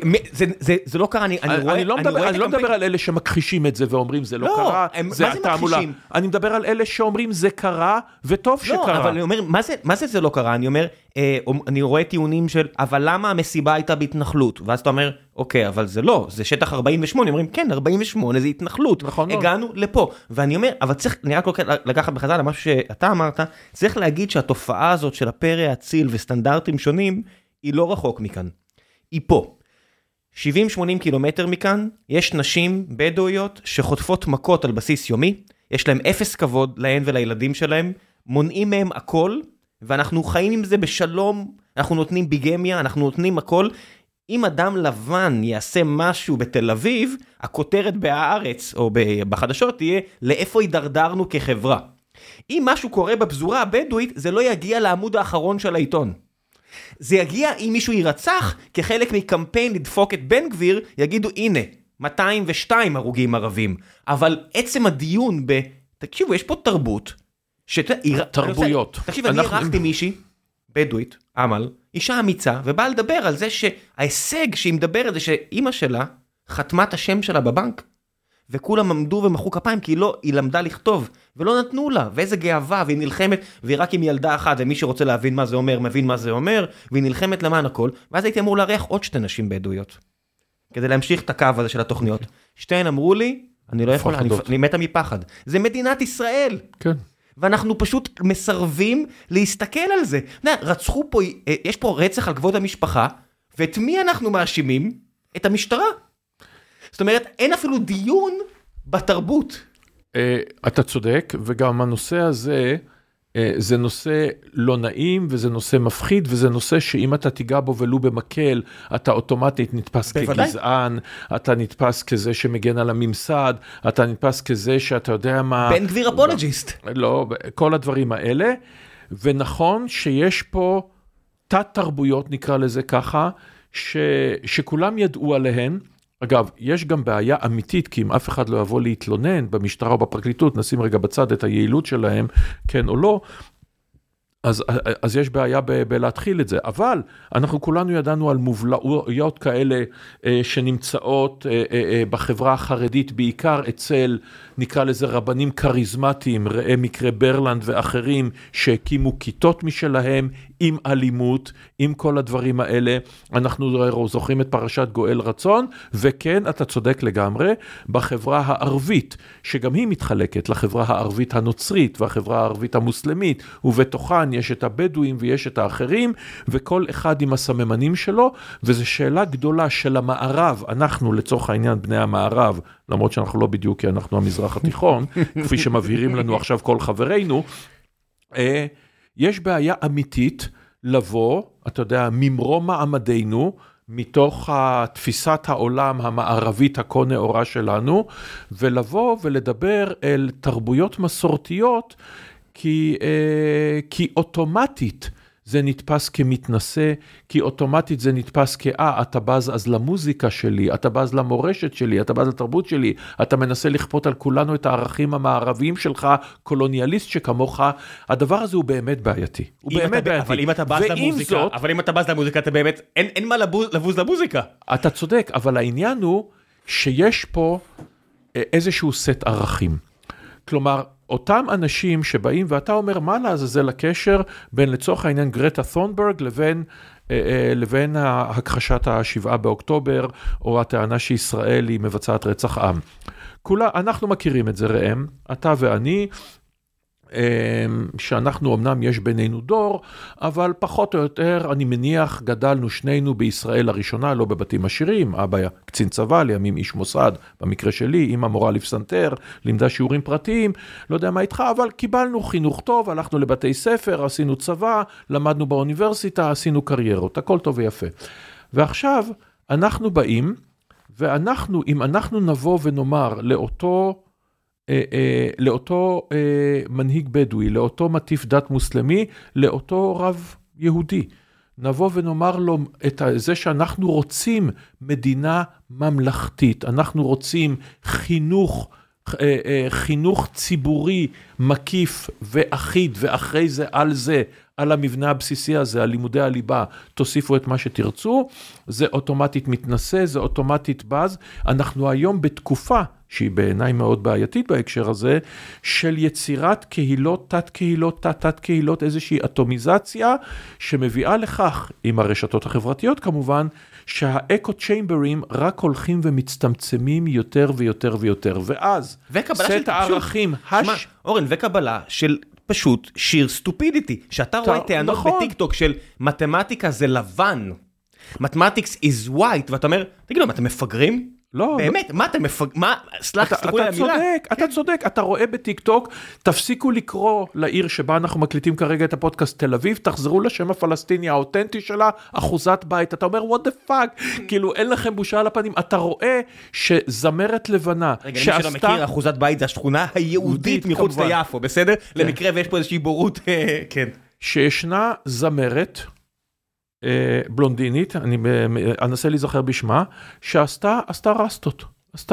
זה לא קרה, אני לא מדבר על אלה שמכחישים את זה ואומרים זה לא קרה, זה התעמולה. אני מדבר על אלה שאומרים זה קרה וטוב שקרה. לא, אבל אני אומר, מה זה לא קרה? אני אומר, אני רואה טיעונים של, אבל למה המסיבה הייתה בהתנחלות? ואז אתה אומר, אוקיי, אבל זה לא, זה שטח 48. אומרים, כן, 48 זה התנחלות. הגענו לפה. ואני אומר, אבל צריך, אני רק לקחת בחזרה למשהו שאתה אמרת, צריך להגיד שהתופעה הזאת של הפרא האציל וסטנדרטים שונים, היא לא רחוק מכאן. היא פה. 70-80 קילומטר מכאן, יש נשים בדואיות שחוטפות מכות על בסיס יומי, יש להם אפס כבוד להן ולילדים שלהם, מונעים מהם הכל, ואנחנו חיים עם זה בשלום, אנחנו נותנים ביגמיה, אנחנו נותנים הכל. אם אדם לבן יעשה משהו בתל אביב, הכותרת בהארץ או בחדשות תהיה, לאיפה הידרדרנו כחברה. אם משהו קורה בפזורה הבדואית, זה לא יגיע לעמוד האחרון של העיתון. זה יגיע אם מישהו יירצח, כחלק מקמפיין לדפוק את בן גביר, יגידו הנה, 202 הרוגים ערבים. אבל עצם הדיון תקשיבו, יש פה תרבות. תרבויות. תקשיב, אני ערכתי מישהי, בדואית, עמל, אישה אמיצה, ובאה לדבר על זה שההישג שהיא מדברת זה שאימא שלה חתמה את השם שלה בבנק, וכולם עמדו ומחאו כפיים, כי היא למדה לכתוב, ולא נתנו לה, ואיזה גאווה, והיא נלחמת, והיא רק עם ילדה אחת, ומי שרוצה להבין מה זה אומר, מבין מה זה אומר, והיא נלחמת למען הכל, ואז הייתי אמור להריח עוד 2 נשים בדואיות, כדי להמשיך את הקו הזה של התוכניות. 2 אמרו לי, אני לא יכול, אני מתה מפחד. זה מדינת ישראל. כן. ואנחנו פשוט מסרבים להסתכל על זה. רצחו פה, יש פה רצח על כבוד המשפחה, ואת מי אנחנו מאשימים? את המשטרה. זאת אומרת, אין אפילו דיון בתרבות. אתה צודק, וגם הנושא הזה, זה נושא לא נעים, וזה נושא מפחיד, וזה נושא שאם אתה תיגע בו ולו במקל, אתה אוטומטית נתפס כגזען, אתה נתפס כזה שמגן על הממסד, אתה נתפס כזה שאתה יודע מה... בן גביר אפולוג'יסט. לא, כל הדברים האלה, ונכון שיש פה תת תרבויות, נקרא לזה ככה, שכולם ידעו עליהן. אגב, יש גם בעיה אמיתית, כי אם אף אחד לא יבוא להתלונן במשטרה או בפרקליטות, נשים רגע בצד את היעילות שלהם, כן או לא, אז יש בעיה בלהתחיל את זה. אבל אנחנו כולנו ידענו על מובלעויות כאלה שנמצאות בחברה החרדית, בעיקר אצל, נקרא לזה רבנים קריזמטיים, ראה מקרה ברלנד ואחרים, שהקימו כיתות משלהם, עם אלימות, עם כל הדברים האלה. אנחנו זוכרים את פרשת גואל רצון, וכן, אתה צודק לגמרי, בחברה הערבית, שגם היא מתחלקת לחברה הערבית הנוצרית, והחברה הערבית המוסלמית, ובתוכן יש את הבדואים ויש את האחרים, וכל אחד עם הסממנים שלו, וזו שאלה גדולה של המערב, אנחנו לצורך העניין בני המערב, למרות שאנחנו לא בדיוק, כי אנחנו המזרח התיכון, כפי שמבהירים לנו עכשיו כל חברינו, יש בעיה אמיתית לבוא, אתה יודע, ממרום מעמדנו, מתוך תפיסת העולם המערבית הכה נאורה שלנו, ולבוא ולדבר אל תרבויות מסורתיות, כי אוטומטית זה נתפס כמתנשא, כי אוטומטית זה נתפס אתה בז אז למוזיקה שלי, אתה בז למורשת שלי, אתה בז לתרבות שלי, אתה מנסה לכפות על כולנו את הערכים המערביים שלך, קולוניאליסט שכמוך, הדבר הזה הוא באמת בעייתי. הוא באמת בעייתי. אבל אם אתה בז למוזיקה, אתה באמת, אין מה לבוז למוזיקה. אתה צודק, אבל העניין הוא שיש פה איזשהו סט ערכים. כלומר, אותם אנשים שבאים, ואתה אומר, מה לעזאזל הקשר בין לצורך העניין גרטה תונברג לבין הכחשת ה7 באוקטובר, או הטענה שישראל היא מבצעת רצח עם. אנחנו מכירים את זה, ראם, אתה ואני, שאנחנו אמנם יש בינינו דור, אבל פחות או יותר, אני מניח, גדלנו שנינו בישראל הראשונה, לא בבתים עשירים, אבא היה קצין צבא, לימים איש מוסד, במקרה שלי, אמא מורה לפסנתר, לימדה שיעורים פרטיים, לא יודע מה איתך, אבל קיבלנו חינוך טוב, הלכנו לבתי ספר, עשינו צבא, למדנו באוניברסיטה, עשינו קריירות, הכל טוב ויפה. ועכשיו, אנחנו באים, ואנחנו, אם אנחנו נבוא ונאמר לאותו מנהיג בדואי, לאותו מטיף דת מוסלמי, לאותו רב יהודי, נבוא ונאמר לו את זה שאנחנו רוצים מדינה ממלכתית, אנחנו רוצים חינוך ציבורי מקיף ואחיד, ואחרי זה על המבנה הבסיסי הזה, על לימודי הליבה, תוסיפו את מה שתרצו, זה אוטומטית מתנסה, זה אוטומטית בז. אנחנו היום בתקופה, שהיא בעיניי מאוד בעייתית בהקשר הזה, של יצירת קהילות, תת-קהילות, תת-קהילות, איזושהי אטומיזציה, שמביאה לכך, עם הרשתות החברתיות כמובן, שהאקו-צ'יימברים רק הולכים ומצטמצמים יותר ויותר ויותר, ואז, סט הערכים, אורן, וקבלה של פשוט שיר סטופידיטי, שאתה רואה טענות בטיקטוק של מתמטיקה זה לבן, מתמטיקס is white, ואתה אומר, תגידו, אתם מפגרים? לא. באמת, מה אתם מפגרים? סלחו לי המילה. אתה צודק, אתה רואה בטיקטוק, תפסיקו לקרוא לעיר שבה אנחנו מקליטים כרגע את הפודקאסט תל אביב, תחזרו לשם הפלסטיני האותנטי שלה, אחוזת בית, אתה אומר, what the fuck, כאילו אין לכם בושה על הפנים, אתה רואה שזמרת לבנה, רגע, למי שלא מכיר, אחוזת בית זה השכונה היהודית מחוץ ליפו, בסדר? למקרה ויש פה איזושהי בורות, כן. שישנה זמרת, בלונדינית, אני אנסה להיזכר בשמה, שעשתה רסטות,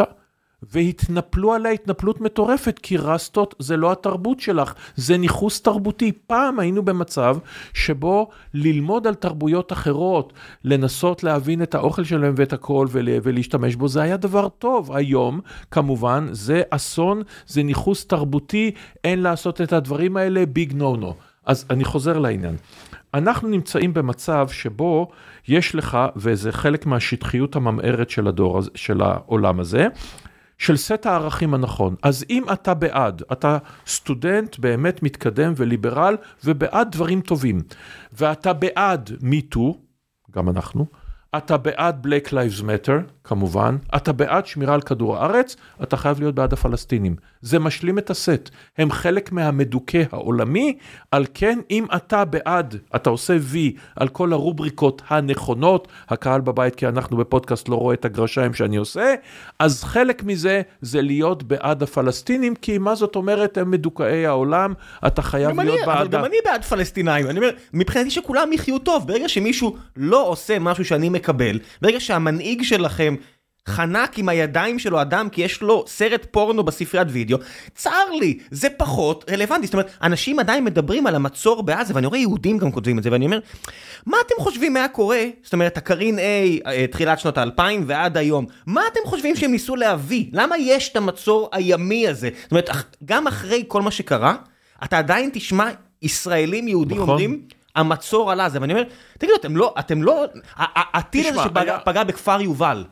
והתנפלו עליה התנפלות מטורפת, כי רסטות זה לא התרבות שלך, זה ניחוס תרבותי. פעם היינו במצב שבו ללמוד על תרבויות אחרות, לנסות להבין את האוכל שלהם ואת הכל ולהשתמש בו, זה היה דבר טוב. היום, כמובן, זה אסון, זה ניחוס תרבותי, אין לעשות את הדברים האלה, ביג נו נו. אז אני חוזר לעניין. אנחנו נמצאים במצב שבו יש לך, וזה חלק מהשטחיות הממארת של הדור, של העולם הזה, של סט הערכים הנכון. אז אם אתה בעד, אתה סטודנט באמת מתקדם וליברל, ובעד דברים טובים, ואתה בעד MeToo, גם אנחנו, אתה בעד Black Lives Matter, כמובן, אתה בעד שמירה על כדור הארץ, אתה חייב להיות בעד הפלסטינים. זה משלים את הסט. הם חלק מהמדוכא העולמי, על כן, אם אתה בעד, אתה עושה וי על כל הרובריקות הנכונות, הקהל בבית, כי אנחנו בפודקאסט לא רואה את הגרשיים שאני עושה, אז חלק מזה זה להיות בעד הפלסטינים, כי מה זאת אומרת, הם מדוכאי העולם, אתה חייב להיות בעד... אבל גם אני בעד פלסטינאים, אני אומר, מבחינתי שכולם יחיו טוב, ברגע שמישהו לא עושה משהו שאני מקבל, ברגע שהמנהיג שלכם חנק עם הידיים שלו אדם כי יש לו סרט פורנו בספריית וידאו, צער לי, זה פחות רלוונטי. זאת אומרת, אנשים עדיין מדברים על המצור בעזה, ואני רואה יהודים גם כותבים את זה, ואני אומר, מה אתם חושבים מה קורה? זאת אומרת, הקרין A, תחילת שנות 2000 ועד היום, מה אתם חושבים שהם ניסו להביא? למה יש את המצור הימי הזה? זאת אומרת, גם אחרי כל מה שקרה, אתה עדיין תשמע ישראלים יהודים אומרים, המצור על עזה, ואני אומר, תגידו, אתם לא, הטיל הזה שפגע בכפר יובל,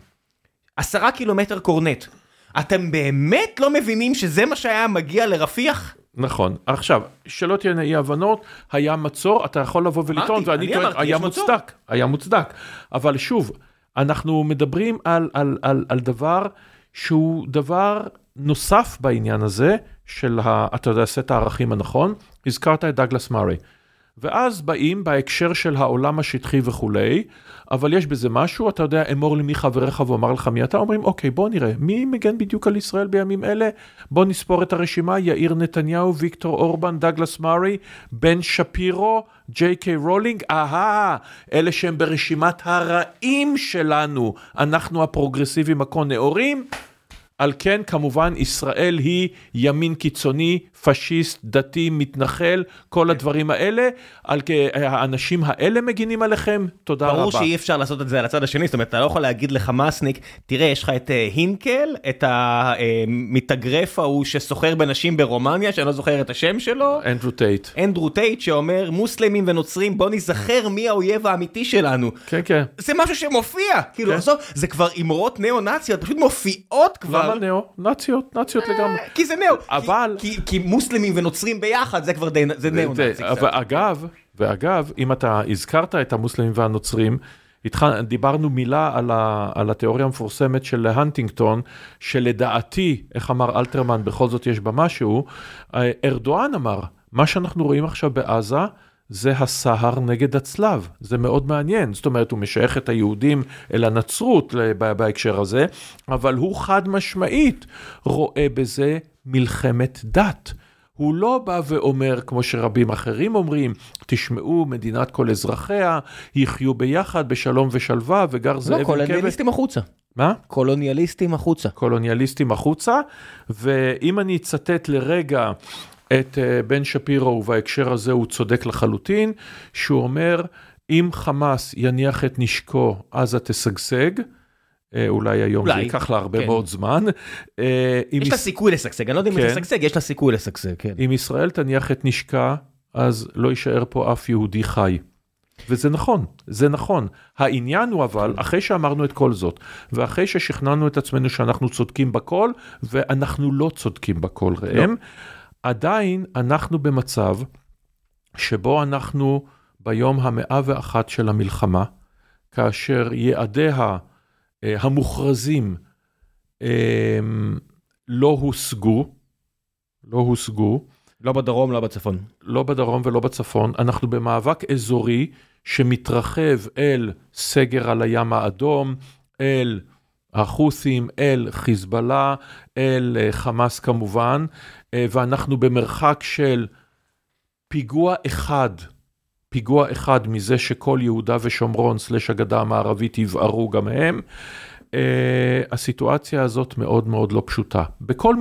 10 קילומטר קורנט, אתם באמת לא מבינים שזה מה שהיה מגיע לרפיח? נכון. עכשיו, שלא תהיה אי הבנות, היה מצור, אתה יכול לבוא ולטעון, ואני טוען, היה מוצדק. אבל שוב, אנחנו מדברים על דבר שהוא דבר נוסף בעניין הזה, של, אתה יודע, סט הערכים הנכון, הזכרת את דאגלס מארי. ואז באים בהקשר של העולם השטחי וכולי, אבל יש בזה משהו, אתה יודע, אמור למי חבריך ואומר לך מי אתה, אומרים, אוקיי, בוא נראה, מי מגן בדיוק על ישראל בימים אלה? בוא נספור את הרשימה, יאיר נתניהו, ויקטור אורבן, דאגלס מארי, בן שפירו, ג'יי קיי רולינג, אלה שהם ברשימת הרעים שלנו, אנחנו הפרוגרסיבים הקונאורים, על כן, כמובן, ישראל היא ימין קיצוני, פשיסט, דתי, מתנחל, כל הדברים האלה. על האנשים האלה מגינים עליכם, תודה רבה. ברור שאי אפשר לעשות את זה על הצד השני, זאת אומרת, אתה לא יכול להגיד לחמאסניק, תראה, יש לך את הינקל, את המתאגרף ההוא שסוחר בנשים ברומניה, שאני לא זוכר את השם שלו. אנדרו טייט, שאומר, מוסלמים ונוצרים, בוא נזכר מי האויב האמיתי שלנו. כן, כן. זה משהו שמופיע, כאילו, זה כבר אמרות ניאו-נאציות, פשוט מופיעות כבר למה נאו? נאציות לגמרי. כי זה נאו. אבל... כי מוסלמים ונוצרים ביחד, זה כבר זה נאו-נאצי. ואגב, אם אתה הזכרת את המוסלמים והנוצרים, דיברנו מילה על התיאוריה המפורסמת של הנטינגטון, שלדעתי, איך אמר אלתרמן, בכל זאת יש בה משהו, ארדואן אמר, מה שאנחנו רואים עכשיו בעזה, זה הסהר נגד הצלב, זה מאוד מעניין, זאת אומרת הוא משייך את היהודים אל הנצרות בהקשר הזה, אבל הוא חד משמעית רואה בזה מלחמת דת. הוא לא בא ואומר, כמו שרבים אחרים אומרים, תשמעו, מדינת כל אזרחיה, יחיו ביחד, בשלום ושלווה, וגר זאב לא, קולוניאליסטים החוצה. מה? קולוניאליסטים החוצה. קולוניאליסטים החוצה, ואם אני אצטט לרגע את בן שפירו, ובהקשר הזה הוא צודק לחלוטין, שהוא אומר, אם חמאס יניח את נשקו, עזה תשגשג, אולי היום זה ייקח לה הרבה מאוד זמן. יש לה סיכוי לשגשג, אני לא יודע אם היא תשגשג, יש לה סיכוי לשגשג. אם ישראל תניח את נשקה, אז לא יישאר פה אף יהודי חי. וזה נכון, זה נכון. העניין הוא אבל, אחרי שאמרנו את כל זאת, ואחרי ששכנענו את עצמנו שאנחנו צודקים בכל, ואנחנו לא צודקים בכל, ראם, עדיין אנחנו במצב שבו אנחנו ביום 101 של המלחמה, כאשר יעדיה המוכרזים לא הושגו, לא בדרום, לא בצפון. לא בדרום ולא בצפון, אנחנו במאבק אזורי שמתרחב אל סגר על הים האדום, אל החות'ים, אל חיזבאללה, אל חמאס כמובן, ואנחנו במרחק של פיגוע אחד מזה שכל יהודה ושומרון סלש הגדה המערבית יבערו גם הם. הסיטואציה הזאת מאוד מאוד לא פשוטה. בכל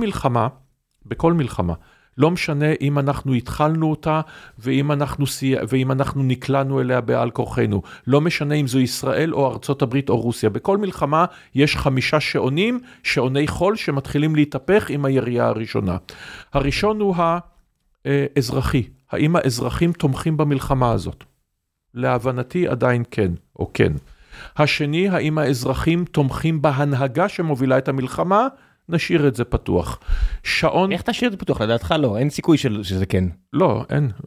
מלחמה, לא משנה אם אנחנו התחלנו אותה, ואם אנחנו נקלענו אליה בעל כורחנו. לא משנה אם זו ישראל או ארצות הברית או רוסיה. בכל מלחמה יש 5 שעוני חול שמתחילים להתהפך עם הירייה הראשונה. הראשון הוא האזרחי. האם האזרחים תומכים במלחמה הזאת? להבנתי עדיין כן, או כן. השני, האם האזרחים תומכים בהנהגה שמובילה את המלחמה? נשאיר את זה פתוח. שעון... איך תשאיר את זה פתוח? לדעתך לא, אין סיכוי שזה כן. לא,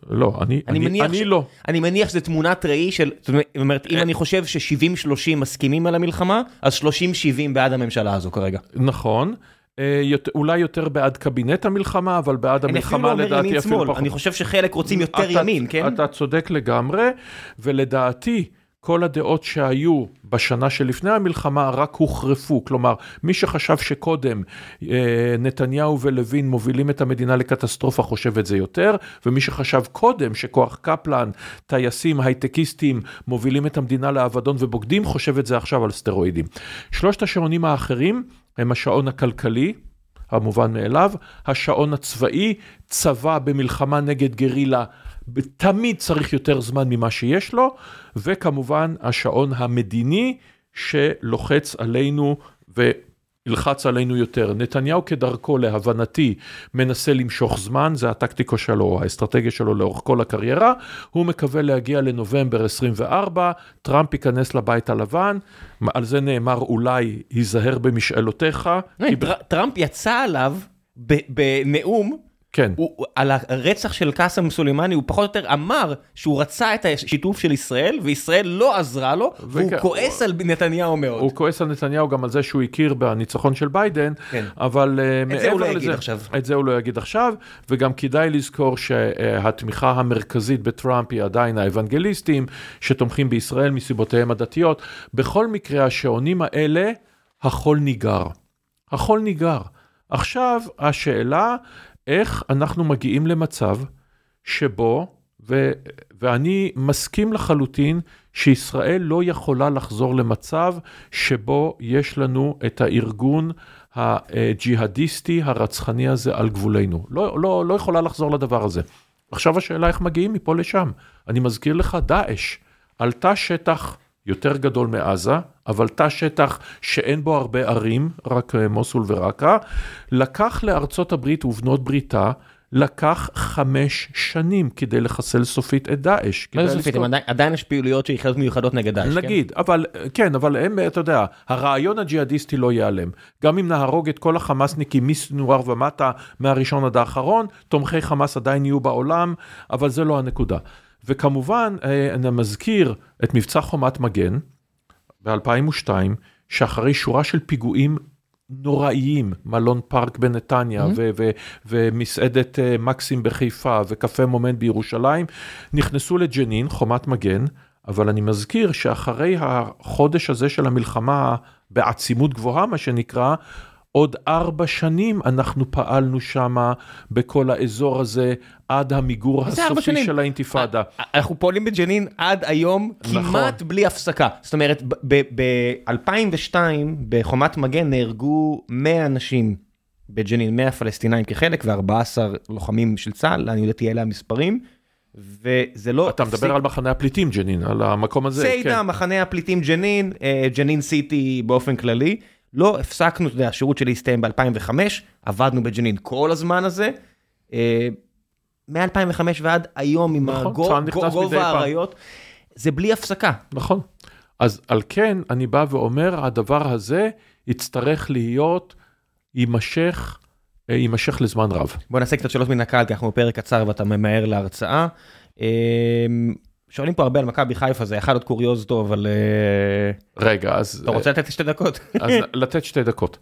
אני לא. אני מניח שזה תמונת ראי של, זאת אומרת, אם אני חושב ש70-30 מסכימים על המלחמה, אז 30-70 בעד הממשלה הזו כרגע. נכון. אולי יותר בעד קבינט המלחמה, אבל בעד המלחמה לדעתי אפילו פחות. אני חושב שחלק רוצים יותר ימין, כן? אתה צודק לגמרי, ולדעתי כל הדעות שהיו בשנה שלפני המלחמה רק הוחרפו, כלומר, מי שחשב שקודם נתניהו ולוין מובילים את המדינה לקטסטרופה חושב את זה יותר, ומי שחשב קודם שכוח קפלן, טייסים, הייטקיסטים מובילים את המדינה לאבדון ובוגדים, חושב את זה עכשיו על סטרואידים. 3 השעונים האחרים הם השעון הכלכלי, המובן מאליו, השעון הצבאי, צבא במלחמה נגד גרילה, תמיד צריך יותר זמן ממה שיש לו, וכמובן השעון המדיני שלוחץ עלינו וילחץ עלינו יותר. נתניהו כדרכו להבנתי מנסה למשוך זמן, זה הטקטיקה שלו, האסטרטגיה שלו לאורך כל הקריירה, הוא מקווה להגיע לנובמבר 24, טראמפ ייכנס לבית הלבן, על זה נאמר אולי ייזהר במשאלותיך. טראמפ יצא עליו בנאום, כן. על הרצח של קאסם סולימני, הוא פחות או יותר אמר שהוא רצה את השיתוף של ישראל, וישראל לא עזרה לו, והוא כועס על נתניהו מאוד. הוא כועס על נתניהו גם על זה שהוא הכיר בניצחון של ביידן, אבל מעבר לזה, את זה הוא לא יגיד עכשיו, וגם כדאי לזכור שהתמיכה המרכזית בטראמפ היא עדיין האבנגליסטים, שתומכים בישראל מסיבותיהם הדתיות. בכל מקרה, השעונים האלה, החול ניגר. החול ניגר. עכשיו, השאלה, איך אנחנו מגיעים למצב שבו, ואני מסכים לחלוטין, שישראל לא יכולה לחזור למצב שבו יש לנו את הארגון הג'יהדיסטי הרצחני הזה על גבולנו. לא יכולה לחזור לדבר הזה. עכשיו השאלה איך מגיעים מפה לשם. אני מזכיר לך, דאעש עלתה שטח יותר גדול מעזה, אבל תא שטח שאין בו הרבה ערים, רק מוסול ורקה, לקח לארצות הברית ובנות בריתה לקח 5 שנים כדי לחסל סופית את דאעש. מה זה סופית? עדיין יש פעילויות שהיא חלק מיוחדות נגד דאעש, נגיד, אבל הם, אתה יודע, הרעיון הג'יהאדיסטי לא ייעלם. גם אם נהרוג את כל החמאסניקים מסנואר ומטה, מהראשון עד האחרון, תומכי חמאס עדיין יהיו בעולם, אבל זה לא הנקודה. וכמובן, אני מזכיר את מבצע חומת מגן, ב-2002, שאחרי שורה של פיגועים נוראיים, מלון פארק בנתניה, ומסעדת מקסים בחיפה, וקפה מומנט בירושלים, נכנסו לג'נין, חומת מגן, אבל אני מזכיר שאחרי החודש הזה של המלחמה, בעצימות גבוהה, מה שנקרא, עוד 4 שנים אנחנו פעלנו שם בכל האזור הזה, עד המיגור הסופי של האינתיפאדה. אנחנו פועלים בג'נין עד היום, כמעט בלי הפסקה. זאת אומרת, ב-2002, בחומת מגן, נהרגו 100 אנשים בג'נין, 100 פלסטינאים כחלק, ו14 לוחמים של צה"ל, אני יודעת אלה המספרים, וזה לא... אתה מדבר על מחנה הפליטים ג'נין, על המקום הזה. סיידה, מחנה הפליטים ג'נין, ג'נין סיטי באופן כללי, לא הפסקנו, אתה יודע, השירות שלי הסתיים ב-2005, עבדנו בג'נין כל הזמן הזה, מ-2005 ועד היום עם גובה העריות, זה בלי הפסקה. נכון. אז על כן, אני בא ואומר, הדבר הזה יצטרך להיות, יימשך לזמן רב. בוא נעשה קצת שאלות מן הקהל, כי אנחנו בפרק קצר ואתה ממהר להרצאה. שואלים פה הרבה על מכבי חיפה, זה אחד עוד קוריוז טוב, אבל... רגע, אז... אתה רוצה לתת 2 דקות? אז לתת 2 דקות.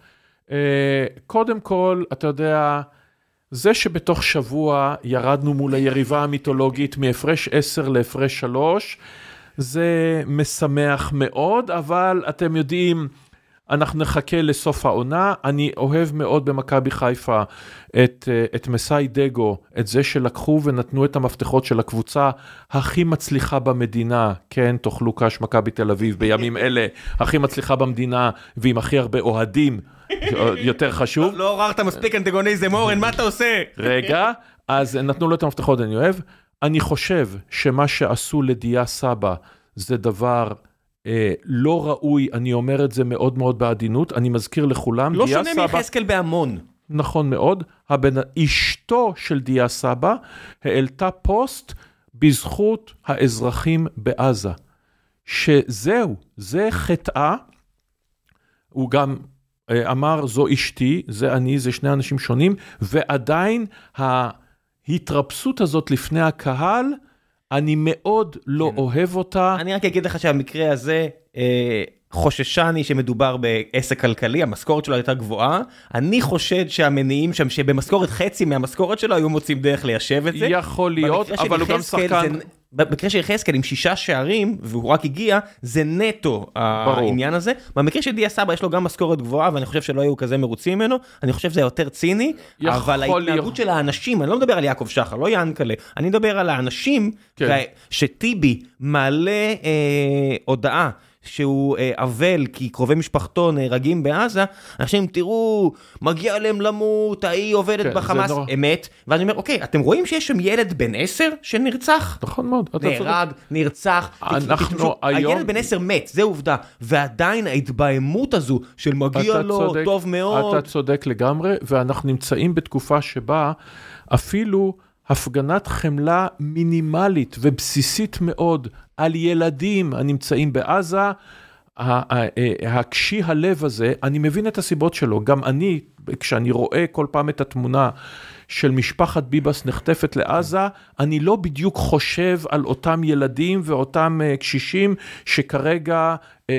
קודם כל, אתה יודע, זה שבתוך שבוע ירדנו מול היריבה המיתולוגית מהפרש 10 להפרש 3, זה משמח מאוד, אבל אתם יודעים, אנחנו נחכה לסוף העונה. אני אוהב מאוד במכבי חיפה את מסאי דגו, את זה שלקחו ונתנו את המפתחות של הקבוצה הכי מצליחה במדינה, כן, תאכלו קש מכבי תל אביב בימים אלה, הכי מצליחה במדינה, ועם הכי הרבה אוהדים, יותר חשוב. לא עוררת מספיק אנטגוניזם, אורן, מה אתה עושה? רגע, אז נתנו לו את המפתחות, אני אוהב. אני חושב שמה שעשו לדיה סבא, זה דבר... לא ראוי, אני אומר את זה מאוד מאוד בעדינות, אני מזכיר לכולם, לא שונה מיחזקאל בהמון. נכון מאוד, אשתו של דיה סבא העלתה פוסט בזכות האזרחים בעזה, שזהו, זה חטאה, הוא גם אמר זו אשתי, זה אני, זה 2 אנשים שונים, ועדיין ההתרפסות הזאת לפני הקהל, אני מאוד לא אוהב אותה. אני רק אגיד לך שהמקרה הזה חוששני שמדובר בעסק כלכלי, המשכורת שלו הייתה גבוהה, אני חושד שהמניעים שם שבמשכורת חצי מהמשכורת שלו היו מוצאים דרך ליישב את זה. יכול להיות, אבל הוא גם שחקן... במקרה של יחזקאל עם 6 שערים, והוא רק הגיע, זה נטו העניין הזה. במקרה של דיה סבא יש לו גם משכורת גבוהה, ואני חושב שלא היו כזה מרוצים ממנו, אני חושב שזה יותר ציני, אבל ההתנהגות של האנשים, אני לא מדבר על יעקב שחר, לא ינקלה, אני מדבר על האנשים, שטיבי מעלה הודעה, שהוא אבל כי קרובי משפחתו נהרגים בעזה, אנשים תראו, מגיע להם למות, ההיא עובדת בחמאס, אמת, ואני אומר, אוקיי, אתם רואים שיש שם ילד בן 10 שנרצח? נכון מאוד. נהרג, נרצח, הילד בן 10 מת, זה עובדה, ועדיין ההתבהמות הזו של מגיע לו טוב מאוד. אתה צודק לגמרי, ואנחנו נמצאים בתקופה שבה אפילו הפגנת חמלה מינימלית ובסיסית מאוד על ילדים הנמצאים בעזה, הקשי הלב הזה, אני מבין את הסיבות שלו, גם אני, כשאני רואה כל פעם את התמונה של משפחת ביבס נחטפת לעזה, אני לא בדיוק חושב על אותם ילדים ואותם קשישים שכרגע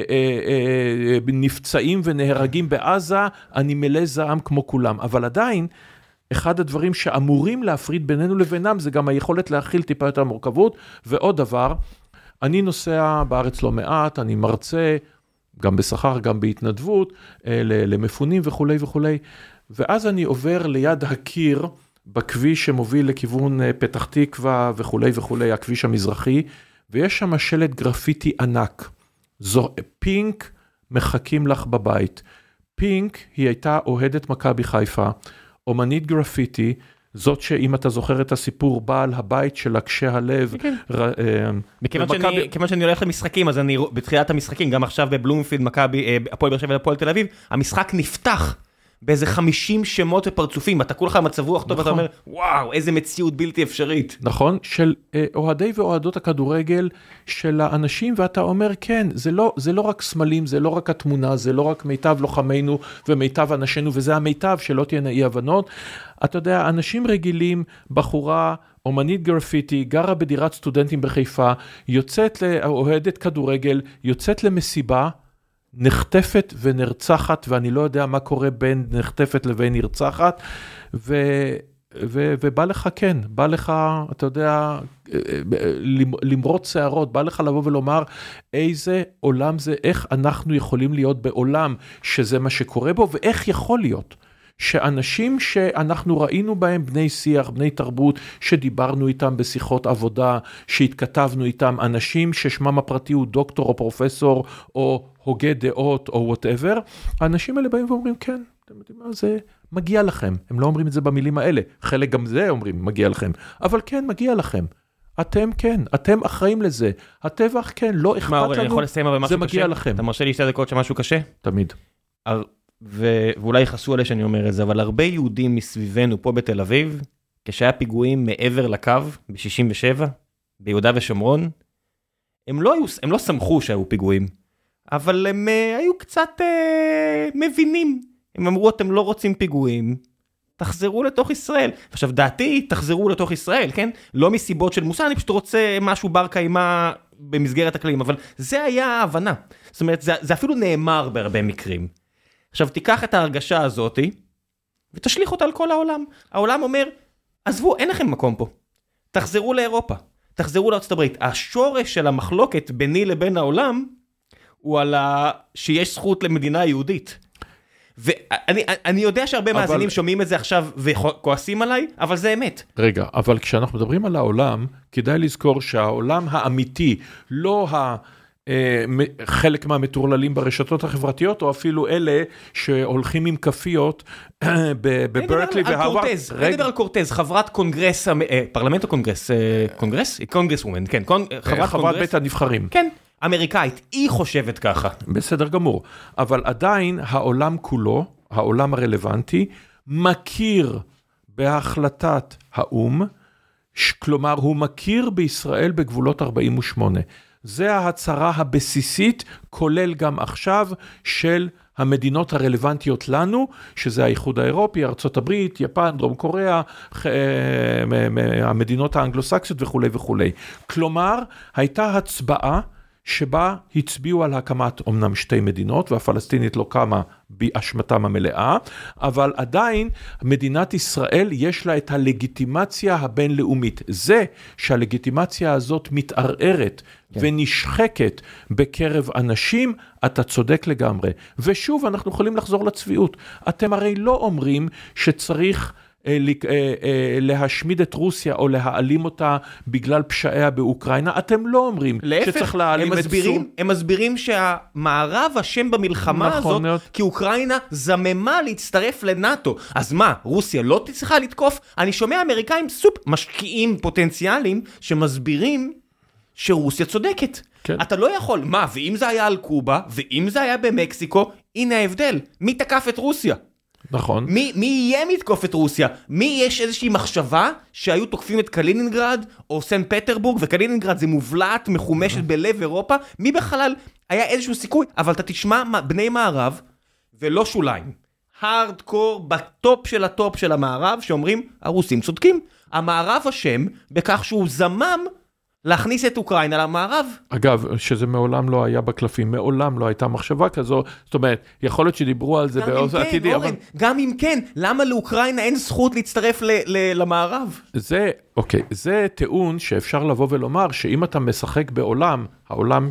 נפצעים ונהרגים בעזה, אני מלא זעם כמו כולם, אבל עדיין, אחד הדברים שאמורים להפריד בינינו לבינם, זה גם היכולת להכיל טיפה יותר מורכבות, ועוד דבר, אני נוסע בארץ לא מעט, אני מרצה, גם בשכר, גם בהתנדבות, למפונים וכו' וכו', ואז אני עובר ליד הקיר, בכביש שמוביל לכיוון פתח תקווה וכו' וכו', הכביש המזרחי, ויש שם שלט גרפיטי ענק, זו פינק מחכים לך בבית. פינק היא הייתה אוהדת מכבי חיפה, אומנית גרפיטי, זאת שאם אתה זוכר את הסיפור, בעל הבית של הקשה הלב. כיוון שאני הולך למשחקים, אז אני בתחילת המשחקים, גם עכשיו בבלומפילד, מכבי, הפועל באר שבע והפועל תל אביב, המשחק נפתח, באיזה 50 שמות ופרצופים, אתה כולך מצב רוח טוב, אתה אומר, וואו, איזה מציאות בלתי אפשרית. נכון, של אוהדי ואוהדות הכדורגל של האנשים, ואתה אומר, כן, זה לא רק סמלים, זה לא רק התמונה, זה לא רק מיטב לוחמינו ומיטב אנשינו, וזה המיטב שלא תהיינה אי הבנות. אתה יודע, אנשים רגילים, בחורה, אומנית גרפיטי, גרה בדירת סטודנטים בחיפה, יוצאת לאוהדת כדורגל, יוצאת למסיבה, נחטפת ונרצחת, ואני לא יודע מה קורה בין נחטפת לבין נרצחת, ובא לך כן, בא לך, אתה יודע, למרות שערות, בא לך לבוא ולומר, איזה עולם זה, איך אנחנו יכולים להיות בעולם שזה מה שקורה בו, ואיך יכול להיות שאנשים שאנחנו ראינו בהם בני שיח, בני תרבות, שדיברנו איתם בשיחות עבודה, שהתכתבנו איתם, אנשים ששמם הפרטי הוא דוקטור או פרופסור, או הוגה דעות, או whatever, האנשים האלה באים ואומרים, כן, אתם יודעים מה, זה מגיע לכם. הם לא אומרים את זה במילים האלה, חלק גם זה אומרים, מגיע לכם, אבל כן, מגיע לכם. אתם כן, אתם אחראים לזה. הטבח כן, לא אכפת לנו, זה מגיע לכם. אתה מרשה לי 2 דקות שמשהו קשה? תמיד. ואולי יחסו עלי שאני אומר את זה, אבל הרבה יהודים מסביבנו פה בתל אביב, כשהיה פיגועים מעבר לקו, ב-67, ביהודה ושומרון, הם לא שמחו שהיו פיגועים, אבל הם היו קצת מבינים. הם אמרו, אתם לא רוצים פיגועים, תחזרו לתוך ישראל. עכשיו, דעתי, תחזרו לתוך ישראל, כן? לא מסיבות של מוסר, אני פשוט רוצה משהו בר קיימה במסגרת הכללים, אבל זה היה ההבנה. זאת אומרת, זה אפילו נאמר בהרבה מקרים. עכשיו, תיקח את ההרגשה הזאת, ותשליך אותה על כל העולם. העולם אומר, עזבו, אין לכם מקום פה. תחזרו לאירופה, תחזרו לארצות הברית. השורש של המחלוקת ביני לבין העולם, הוא על שיש זכות למדינה יהודית. ואני יודע שהרבה מאזינים שומעים את זה עכשיו וכועסים עליי, אבל זה אמת. רגע, אבל כשאנחנו מדברים על העולם, כדאי לזכור שהעולם האמיתי, לא חלק מהמטורללים ברשתות החברתיות, או אפילו אלה שהולכים עם כפיות בברקלי והרווארד. אני מדבר על קורטז, חברת קונגרס, פרלמנט או קונגרס? קונגרס וומן, כן. חברת בית הנבחרים. כן. אמריקאית, היא חושבת ככה. בסדר גמור, אבל עדיין העולם כולו, העולם הרלוונטי, מכיר בהחלטת האום, כלומר הוא מכיר בישראל בגבולות 48. זה ההצהרה הבסיסית, כולל גם עכשיו, של המדינות הרלוונטיות לנו, שזה האיחוד האירופי, ארצות הברית, יפן, דרום קוריאה, המדינות האנגלוסקסיות וכו' וכו'. כלומר, הייתה הצבעה, שבה הצביעו על הקמת אומנם 2 מדינות, והפלסטינית לא קמה באשמתם המלאה, אבל עדיין מדינת ישראל יש לה את הלגיטימציה הבינלאומית. זה שהלגיטימציה הזאת מתערערת ונשחקת בקרב אנשים, אתה צודק לגמרי. ושוב, אנחנו יכולים לחזור לצביעות. אתם הרי לא אומרים שצריך להשמיד את רוסיה או להעלים אותה בגלל פשעיה באוקראינה, אתם לא אומרים שצריך להעלים את סוריה. הם מסבירים שהמערב אשם במלחמה הזאת, כי אוקראינה זממה להצטרף לנאטו. אז מה, רוסיה לא צריכה לתקוף? אני שומע אמריקאים משקיעים פוטנציאליים שמסבירים שרוסיה צודקת. אתה לא יכול, מה, ואם זה היה על קובה, ואם זה היה במקסיקו, הנה ההבדל, מי תקף את רוסיה? נכון. מי יהיה מתקוף את רוסיה? מי יש איזושהי מחשבה שהיו תוקפים את קלינינגרד או סן פטרבורג, וקלינינגרד זה מובלעת מחומשת בלב אירופה, מי בכלל היה איזשהו סיכוי? אבל אתה תשמע בני מערב ולא שוליים. הארדקור בטופ של הטופ של המערב שאומרים, הרוסים צודקים. המערב אשם בכך שהוא זמם להכניס את אוקראינה למערב. אגב, שזה מעולם לא היה בקלפים, מעולם לא הייתה מחשבה כזו, זאת אומרת, יכול להיות שדיברו על זה בעוז עתידי, אבל... גם אם כן, למה לאוקראינה אין זכות להצטרף למערב? זה, אוקיי, זה טיעון שאפשר לבוא ולומר, שאם אתה משחק בעולם, העולם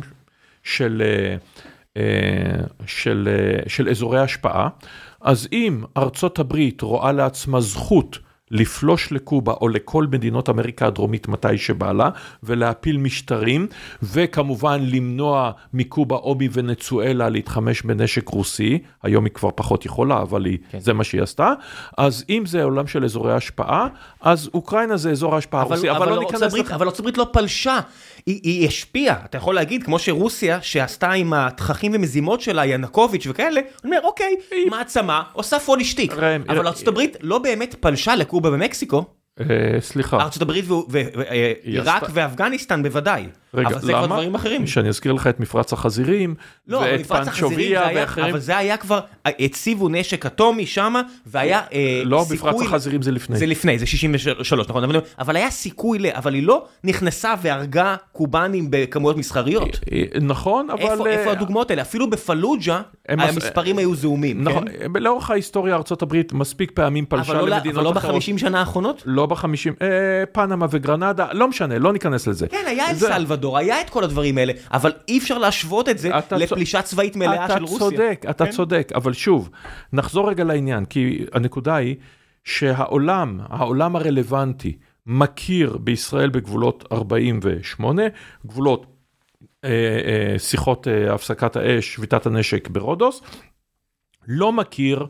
של אזורי השפעה, אז אם ארצות הברית רואה לעצמה זכות לפלוש לקובה או לכל מדינות אמריקה הדרומית מתי שבא לה, ולהפיל משטרים, וכמובן למנוע מקובה או מוונצואלה להתחמש בנשק רוסי, היום היא כבר פחות יכולה, אבל זה מה שהיא עשתה, אז אם זה עולם של אזורי השפעה, אז אוקראינה זה אזור ההשפעה הרוסי, אבל לא ניכנס לך. אבל ארצות הברית לא פלשה, היא השפיעה, אתה יכול להגיד, כמו שרוסיה, שעשתה עם התככים ומזימות שלה, ינקוביץ' וכאלה, אני אומר, אוקיי, מעצמה, עושה פולישטיק, אבל ארצות הברית לא באמת פלשה לקובה במקסיקו, סליחה. ארצות הברית ועיראק ואפגניסטן בוודאי. רגע, אבל זה כבר דברים אחרים. שאני אזכיר לך את מפרץ החזירים, ואת פנצ'וביה ואחרים. אבל זה היה כבר, הציבו נשק אטומי שם, והיה סיכוי... לא, מפרץ החזירים זה לפני. זה לפני, זה 63, נכון? אבל היה סיכוי אבל היא לא נכנסה והרגה קובנים בכמויות מסחריות. נכון, אבל... איפה הדוגמאות האלה? אפילו בפלוג'ה, המספרים היו זעומים. נכון, לאורך ההיסטוריה ארצות הברית מספיק פעמים פלשה למדינות אחרות. אבל לא ב-50 שנה האחרונות? לא ב-50, פנמה וגרנדה, לא משנה, לא ניכנס לזה. כן, היה את סלבדור, היה את כל הדברים האלה, אבל אי אפשר להשוות את זה לפלישה צבאית מלאה של רוסיה. אתה צודק, אבל שוב, נחזור רגע לעניין, כי הנקודה היא שהעולם הרלוונטי, מכיר בישראל בגבולות 48, גבולות שיחות הפסקת האש, שביתת הנשק ברודוס, לא מכיר,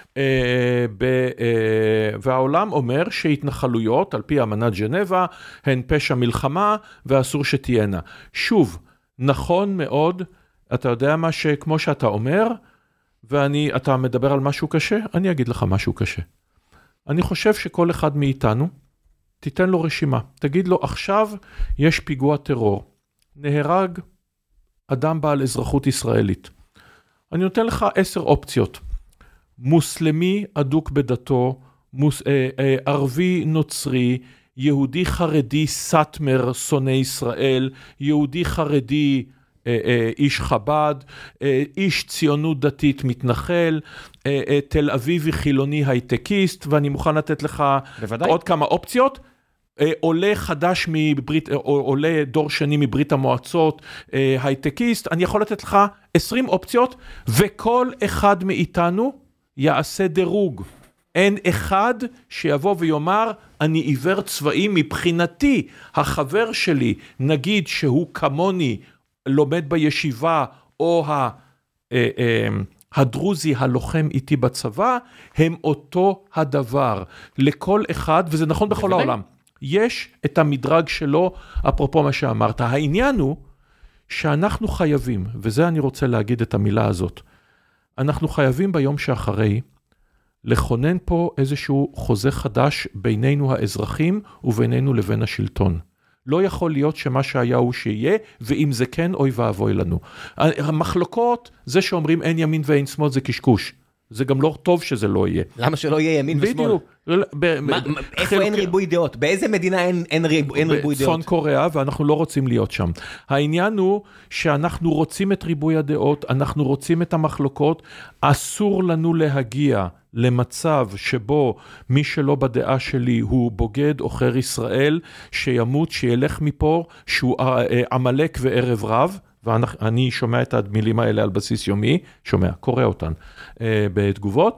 והעולם אומר שהתנחלויות, על פי אמנת ז'נבה, הן פשע מלחמה ואסור שתהיינה. שוב, נכון מאוד, אתה יודע מה שכמו שאתה אומר, ואתה מדבר על משהו קשה, אני אגיד לך משהו קשה. אני חושב שכל אחד מאיתנו, תיתן לו רשימה, תגיד לו, עכשיו יש פיגוע טרור, נהרג אדם בעל אזרחות ישראלית. אני נותן לך 10 אופציות. מוסלמי אדוק בדתו, ערבי נוצרי, יהודי חרדי סטמר שונא ישראל, יהודי חרדי איש חב"ד, איש ציונות דתית מתנחל, תל אביבי חילוני הייטקיסט, ואני מוכן לתת לך בוודאי. עוד כמה אופציות. עולה חדש עולה דור שני מברית המועצות, הייטקיסט, אני יכול לתת לך 20 אופציות, וכל אחד מאיתנו יעשה דירוג. אין אחד שיבוא ויאמר, אני עיוור צבאי מבחינתי, החבר שלי, נגיד שהוא כמוני, לומד בישיבה, או הדרוזי הלוחם איתי בצבא, הם אותו הדבר. לכל אחד, וזה נכון בכל העולם. יש את המדרג שלו, אפרופו מה שאמרת. העניין הוא שאנחנו חייבים, וזה אני רוצה להגיד את המילה הזאת, אנחנו חייבים ביום שאחרי לכונן פה איזשהו חוזה חדש בינינו האזרחים ובינינו לבין השלטון. לא יכול להיות שמה שהיה הוא שיהיה, ואם זה כן, אוי ואבוי לנו. המחלוקות, זה שאומרים אין ימין ואין שמאל, זה קשקוש. זה גם לא טוב שזה לא יהיה. למה שלא יהיה ימין ושמאל? איפה אין ריבוי דעות? באיזה מדינה אין ריבוי דעות? בצפון קוריאה, ואנחנו לא רוצים להיות שם. העניין הוא שאנחנו רוצים את ריבוי הדעות, אנחנו רוצים את המחלוקות, אסור לנו להגיע למצב שבו מי שלא בדעה שלי הוא בוגד עוכר ישראל, שימות, שילך מפה, שהוא עמלק וערב רב, ואני שומע את המילים האלה על בסיס יומי, קורא אותן בתגובות,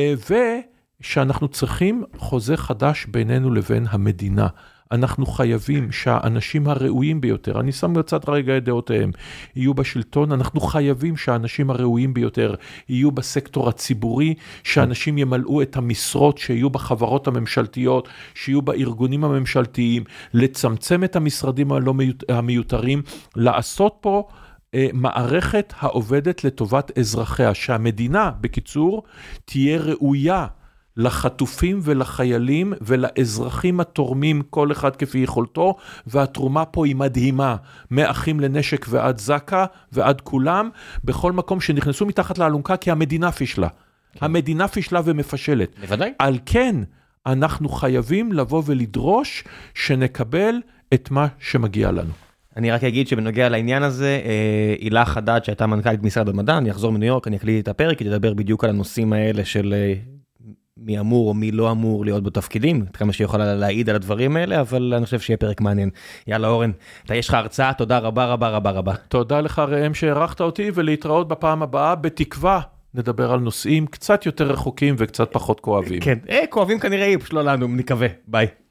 ושאנחנו צריכים חוזה חדש בינינו לבין המדינה. אנחנו חייבים שהאנשים הראויים ביותר, אני שם בצד רגע את דעותיהם, יהיו בשלטון, אנחנו חייבים שהאנשים הראויים ביותר יהיו בסקטור הציבורי, שאנשים ימלאו את המשרות שיהיו בחברות הממשלתיות, שיהיו בארגונים הממשלתיים, לצמצם את המשרדים המיותרים, לעשות פה מערכת העובדת לטובת אזרחיה, שהמדינה, בקיצור, תהיה ראויה לחטופים ולחיילים ולאזרחים התורמים כל אחד כפי יכולתו, והתרומה פה היא מדהימה, מאחים לנשק ועד זקה ועד כולם, בכל מקום שנכנסו מתחת לאלונקה, כי המדינה פישלה. כן. המדינה פישלה ומפשלת. בוודאי. על כן, אנחנו חייבים לבוא ולדרוש שנקבל את מה שמגיע לנו. אני רק אגיד שבנוגע לעניין הזה, הילה חדד שהייתה מנכ"לית משרד המדע, אני אחזור מניו יורק, אני אקליט את הפרק, היא תדבר בדיוק על הנושאים האלה של מי אמור או מי לא אמור להיות בתפקידים, כמה שיכולה להעיד על הדברים האלה, אבל אני חושב שיהיה פרק מעניין. יאללה אורן, יש לך הרצאה, תודה רבה רבה רבה רבה. תודה לך ראם שערכת אותי, ולהתראות בפעם הבאה, בתקווה נדבר על נושאים קצת יותר רחוקים וקצת פחות כואבים. כן, כואבים כנראה, פשוט לא לנו, נקווה, ביי.